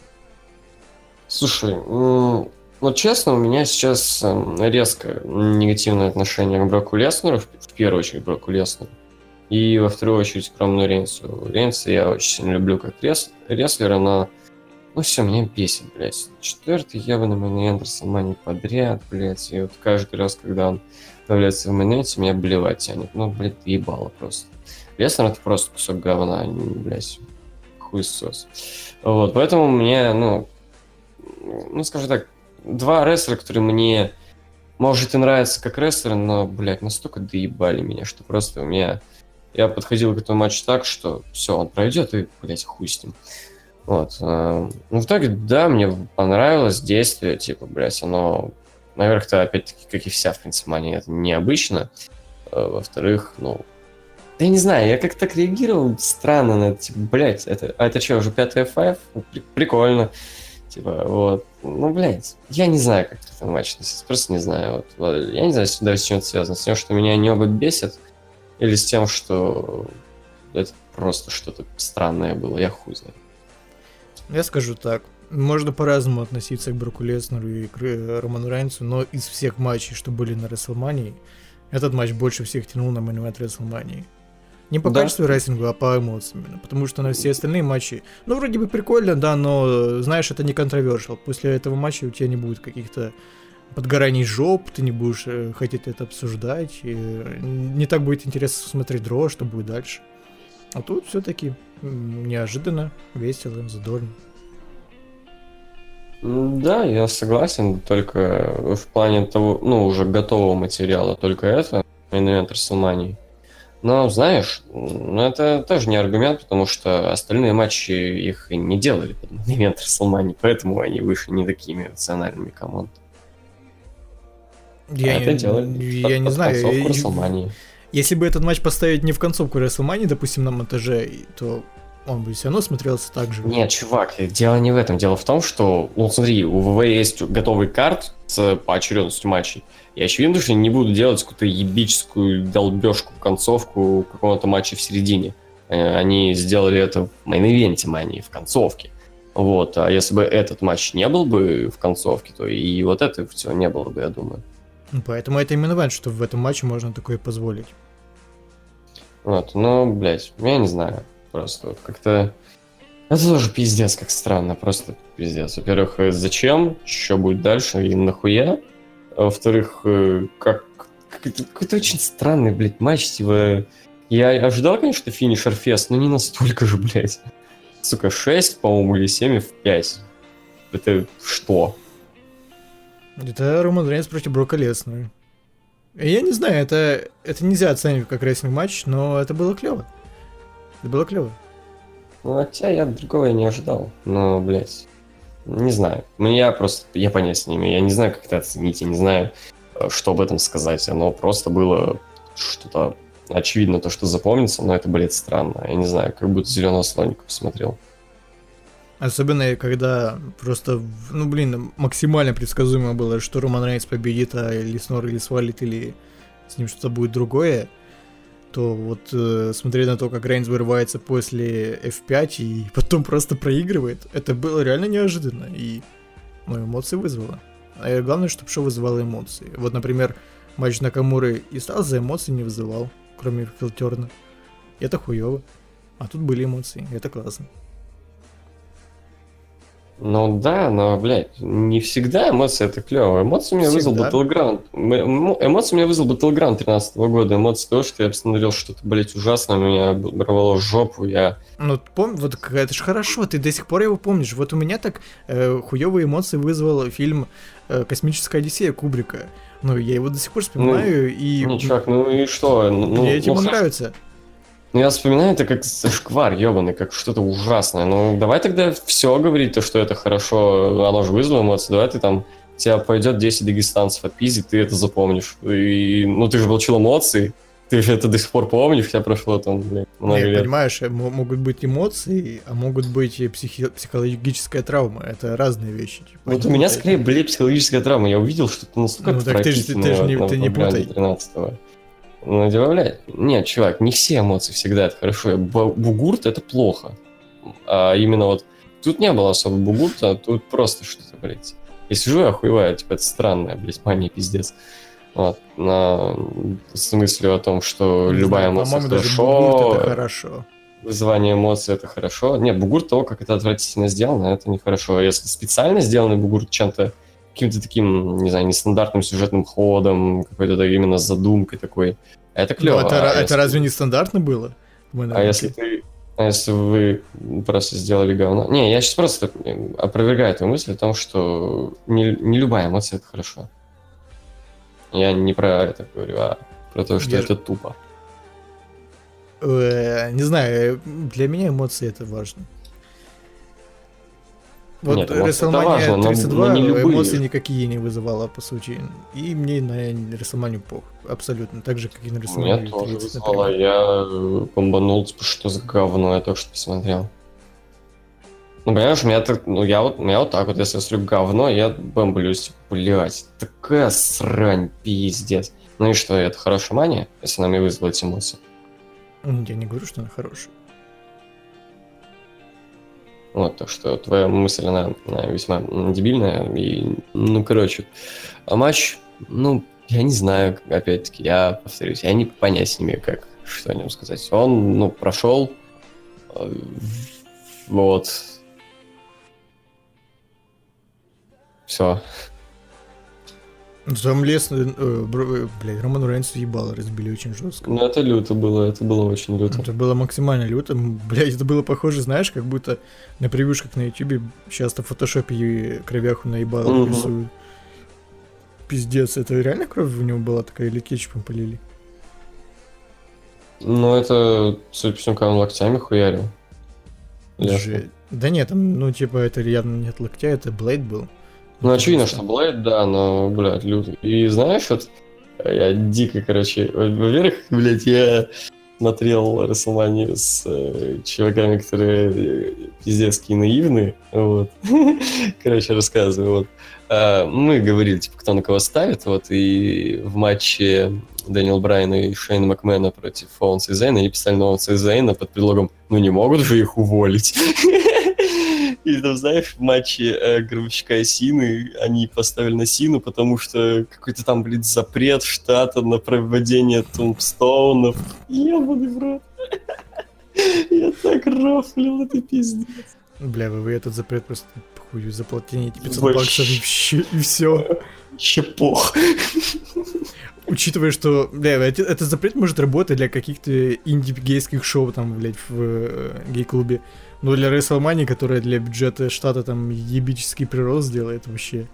Слушай, ну, вот честно, у меня сейчас резко негативное отношение к Броку Леснеру, в первую очередь к Броку Леснеру, и во вторую очередь к Роману Рейнсу. Рейнса я очень сильно люблю как рес... рестлера, но ну все, меня бесит, блядь. Четвертый ебаный мейн-эвент WrestleMania подряд, блядь, и вот каждый раз, когда он появляется в мейн-эвенте, меня блевать тянет. Ну, блядь, ебало просто. Леснер — это просто кусок говна, а не, блядь, хуесос. Вот, поэтому мне, ну, ну, скажем так, два рестлера, которые мне, может, и нравятся как рестлеры, но, блядь, настолько доебали меня, что просто у меня... Я подходил к этому матчу так, что все, он пройдет, и, блядь, хуй с ним. Вот. Ну, в итоге, да, мне понравилось действие, типа, блядь, оно... Наверх-то, опять-таки, как и вся, в принципе, мания, это необычно. Во-вторых, ну... Да я не знаю, я как-то так реагировал странно на это, типа, блядь, это, а это что, уже пятый эф пять? Прикольно. Типа, вот. Ну, блядь, я не знаю, как к этому матчу относиться, просто не знаю. Вот, вот. Я не знаю, сюда с чем это связано. С тем, что меня не оба бесит, или с тем, что это просто что-то странное было, я хуй знаю. Я скажу так. Можно по-разному относиться к Броку Леснеру и к Роману Рейнсу, но из всех матчей, что были на WrestleMania, этот матч больше всех тянул на мейн-эвент WrestleMania. Не по да. качеству рестлинга, а по эмоциям. Потому что на все остальные матчи, ну, вроде бы прикольно, да, но, знаешь, это не контровершил. После этого матча у тебя не будет каких-то подгораний жоп, ты не будешь э, хотеть это обсуждать, и не так будет интересно смотреть Дро, что будет дальше. А тут все-таки неожиданно, весело, задорно. Да, я согласен, только в плане того, ну, уже готового материала, только это, мейн-эвент WrestleMania. Но, знаешь, ну, это тоже не аргумент, потому что остальные матчи их не делали под мейн-эвент WrestleMania, поэтому они вышли не такими эмоциональными командами. Я, а не, это делали я под, не под знаю, концовку я, WrestleMania. Если бы этот матч поставить не в концовку WrestleMania, допустим, на монтаже, то он бы все равно смотрелся так же. Нет, чувак, дело не в этом. Дело в том, что, ну смотри, у ВВ есть готовый карт с поочередностью матчей. И очевидно, что они не будут делать какую-то ебическую долбежку, концовку какого-то матча в середине. Они сделали это в мейн-ивенте Мании, в концовке. Вот, а если бы этот матч не был бы в концовке, то и вот это всего не было бы, я думаю. Поэтому это именно вариант, что в этом матче можно такое позволить. Вот, ну, блядь, я не знаю. Просто вот как-то... Это тоже пиздец, как странно, просто пиздец. Во-первых, зачем? Что будет дальше? И нахуя? А во-вторых, как... Какой-то, какой-то очень странный, блядь, матч, типа... Я ожидал, конечно, финишер фест, но не настолько же, блядь. Сука, шесть, по-моему, или семь в пять. Это что? Это Роман Рейнс против Брока Леснера. Я не знаю, это, это нельзя оценивать как рестлинг-матч, но это было клево. Это было клево. Ну, хотя я другого не ожидал. Но, блядь, не знаю. Ну, я просто, я понятия не имею. Я не знаю, как это оценить, я не знаю, что об этом сказать. Оно просто было что-то... Очевидно, то, что запомнится, но это, блядь, странно. Я не знаю, как будто «Зеленого слоника» посмотрел. Особенно, когда просто, ну, блин, максимально предсказуемо было, что Роман Рейнс победит, а Леснер или свалит, или с ним что-то будет другое, то вот э, смотреть на то, как Рейнс вырывается после эф пять и потом просто проигрывает, это было реально неожиданно, и ну, эмоции вызвало. А главное, чтобы шоу вызывало эмоции. Вот, например, матч Накамуры и Стайлза эмоций не вызывал, кроме Хилтерна. Это хуёво. А тут были эмоции, это классно. Ну да, но, блядь, не всегда эмоции это клево. Эмоции меня вызвал Battleground. Эмоции меня вызвал Battleground тринадцатого года. Эмоции того, что я посмотрел что-то, блядь, ужасное, меня рвало жопу, я... Ну, помню, вот это ж хорошо, ты до сих пор его помнишь. Вот у меня так э, хуёвые эмоции вызвал фильм э, «Космическая Одиссея» Кубрика. Ну, я его до сих пор вспоминаю, ну, и... Ну, чувак, ну и что? Ну, мне этим ну, нравится. Ну, я вспоминаю это как зашквар ебаный, как что-то ужасное. Ну, давай тогда все говорить, то, что это хорошо, оно же вызвало эмоции. Давай ты там, тебя пойдет десять дагестанцев отпиздить, ты это запомнишь. И, ну, ты же получил эмоции, ты же это до сих пор помнишь, хотя прошло там, блин, много Нет, лет. Понимаешь, могут быть эмоции, а могут быть и психи- психологическая травма. Это разные вещи. Типа, вот у меня путай. Скорее, блин, психологическая травма. Я увидел, что это настолько ну, так ты же ты, ты, не, ты не путай. тринадцатого. Ну, добавляй. Нет, чувак, не все эмоции всегда это хорошо. Бугурт — это плохо. А именно вот тут не было особо бугурта, тут просто что-то, блядь. Я сижу и охуеваю, типа, это странная, блядь, мания, пиздец. Вот. На... С мыслью о том, что не любая знаю, эмоция хорошо. Бугурт — это хорошо. Вызывание эмоций — это хорошо. Не, бугурт того, как это отвратительно сделано, это нехорошо. Если специально сделанный бугурт чем-то, каким-то таким, не знаю, нестандартным сюжетным ходом, какой-то именно задумкой такой. Это клево. Ну, это, а это если... разве не стандартно было? А если ты, а если вы просто сделали говно? Не, я сейчас просто опровергаю эту мысль о том, что не, не любая эмоция — это хорошо. Я не про это говорю, а про то, что я... это тупо. Э, не знаю, для меня эмоции — это важно. Вот WrestleMania тридцать два но, но эмоций никакие не вызывала, по сути. И мне на WrestleMania пох. Абсолютно. Так же, как и на WrestleMania тридцать. Меня тоже вызывала. Я бомбанул, типа, что за говно, я только что посмотрел. Ну, понимаешь, у меня так, ну, я вот, у меня вот так вот, если я смотрю говно, я бомблюсь, типа, блядь, такая срань, пиздец. Ну и что, это хорошая мания, если она мне вызвала эти эмоции? Я не говорю, что она хорошая. Вот, так что твоя мысль, она, она весьма дебильная. И, ну, короче, а матч, ну, я не знаю, опять-таки, я повторюсь, я не понять не имею, как, что о нем сказать. Он, ну, прошел, вот, все. Там Леснер, э, блядь, Роману Рейнсу ебало разбили очень жестко. Ну, это люто было, это было очень люто. Это было максимально люто. Блядь, это было похоже, знаешь, как будто на превьюшках на ютубе часто в фотошопе кровяху наебало mm-hmm. рисуют. Пиздец, это реально кровь в нем была такая, или кетчупом полили? Ну, это, судя по всему, когда он локтями хуярил. Же... Да нет, там, ну, типа, это явно не от локтя, это Блейд был. Ну, очевидно, что Блейд, да, но, блядь, лютый. И знаешь, вот, я дико, короче, во-первых, блядь, я смотрел WrestleMania с э, чуваками, которые э, пиздецкие наивные, вот. Короче, рассказываю, вот. А, мы говорили, типа, кто на кого ставит, вот, и в матче Дэниел Брайана и Шейна Макмена против Оуэнса и Зейна, они писали на Оуэнса и Зейна под предлогом, ну, не могут же их уволить. И там, знаешь, в матче э, Гробовщика и Сины они поставили на Сину, потому что какой-то там, блин, запрет штата на проведение тумбстоунов. Ебаный в рот. Я так рофлил, это пиздец. Бля, вы этот запрет просто хуй заплатили эти пятьсот баксов и все. Щепох. Учитывая, что, бля, этот запрет может работать для каких-то инди-гейских шоу, там, блядь, в э, гей-клубе. Но для WrestleMania, которая для бюджета штата там ебический прирост делает, вообще.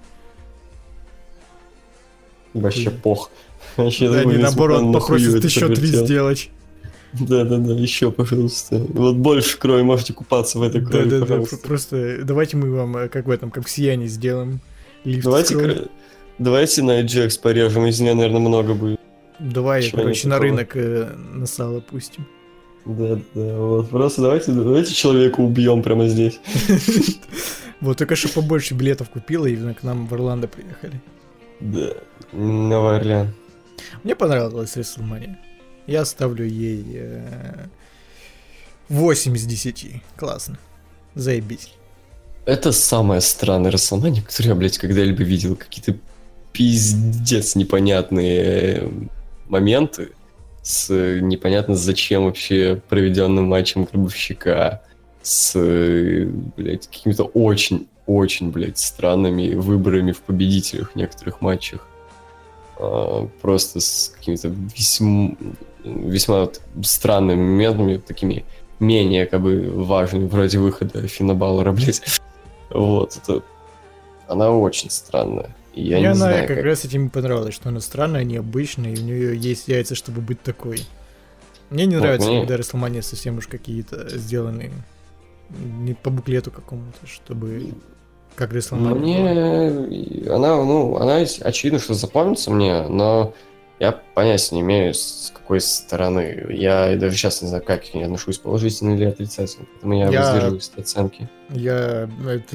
Вообще пох. Вообще, да, не наоборот, попросят еще три сделать. Да-да-да, еще, пожалуйста. Вот больше крови, можете купаться в этой крови, да, да, пожалуйста. Да, просто давайте мы вам, как в этом, как в Сиянии сделаем. Лифт давайте, давайте на Эджекс порежем, из нее, наверное, много будет. Давай, Чего короче, на рынок э, на сало пустим. Да-да, вот, просто давайте, давайте человека убьем прямо здесь. Вот, только что побольше билетов купила, и к нам в Орландо приехали. Да, Новый Орлеан. Мне понравилась WrestleMania. Я ставлю ей э, восемь из десяти. Классно. Заебись. Это самая странная WrestleMania, которую я, блядь, когда-либо видел. Какие-то пиздец непонятные моменты с непонятно зачем вообще проведенным матчем Гробовщика, с, блядь, какими-то очень-очень, блядь, странными выборами в победителях в некоторых матчах. А, просто с какими-то весьма, весьма вот странными моментами, такими менее, как бы, важными, вроде выхода Финна Балора, блядь. Вот, это... Она очень странная. Я Мне не она знаю, как, как раз этим и понравилась, что она странная, необычная, и у нее есть яйца, чтобы быть такой. Мне не Вот нравится, мне- когда WrestleMania совсем уж какие-то сделаны не по буклету какому-то, чтобы как WrestleMania. была. Мне она, ну, она очевидно, что запомнится мне, но я понятия не имею, с какой стороны. Я даже сейчас не знаю, как я отношусь, положительно или отрицательно. Поэтому я, Я- воздерживаюсь от оценки. Я...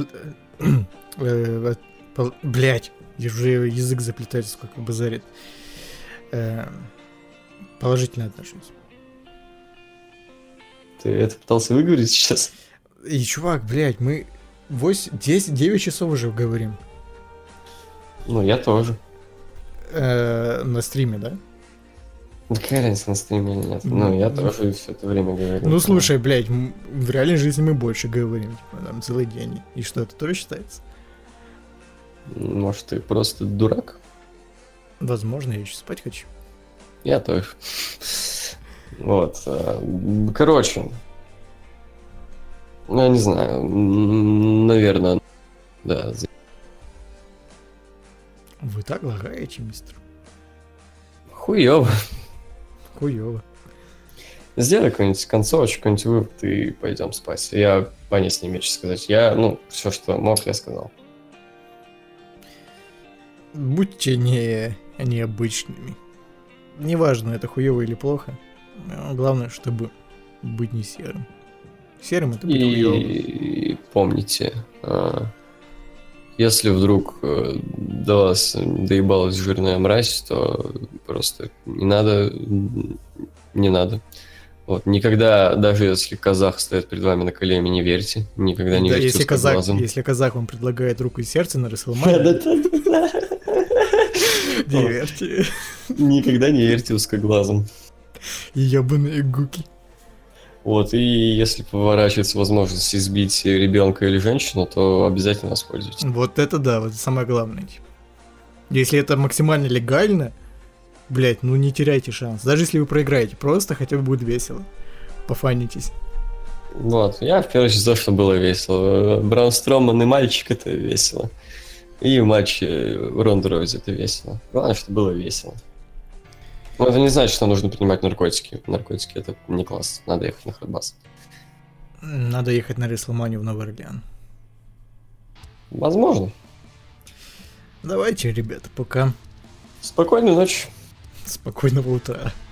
Блять, уже язык заплетается, сколько базарит. Э, Положительно отношусь. Ты это пытался выговорить сейчас? И, чувак, блять, мы восемь, десять, девять часов уже говорим. Ну, я тоже. Э, на стриме, да? Ну, какая разница, на стриме или нет? Ну, я тоже все это время говорю. Ну, слушай, блядь, м- в реальной жизни мы больше говорим, типа, там, целый день. И что, это тоже считается? Может, ты просто дурак? Возможно, я еще спать хочу. Я тоже. Вот. а, Короче. Ну, я не знаю. м, Наверное, да. за- Вы так лагаете, мистер? Хуёво. Хуёво. Сделай какую-нибудь концовочку, какой-нибудь вывод и пойдем спать. Я понять не имею, что сказать. Я, ну, все, что мог, я сказал. Будьте не необычными. Неважно, это хуёво или плохо. но Главное, чтобы быть не серым. Серым это быть хуёвым. И помните, а, если вдруг э, до вас доебалась жирная мразь, то просто не надо, не надо. Вот, никогда, даже если казах стоит перед вами на колени, не верьте. Никогда не Да, верьте если казах, узкоглазым. если казах вам предлагает руку и сердце на WrestleMania, не верьте. Никогда не верьте узкоглазым. Ебаные гуки. Вот, и если поворачивается возможность избить ребенка или женщину, то обязательно воспользуйтесь. Вот это да, вот это самое главное. Типа. Если это максимально легально, блять, ну не теряйте шанс. Даже если вы проиграете, просто хотя бы будет весело. Пофанитесь. Вот, я в первую очередь за то, что было весело. Braun Strowman и мальчик — это весело. И матч Ронда Роузи — это весело. Главное, что было весело. Но это не значит, что нужно принимать наркотики. Наркотики — это не класс. Надо ехать на Хардбас. Надо ехать на WrestleMania в Новый Орлеан. Возможно. Давайте, ребята, пока. Спокойной ночи. Спокойного утра.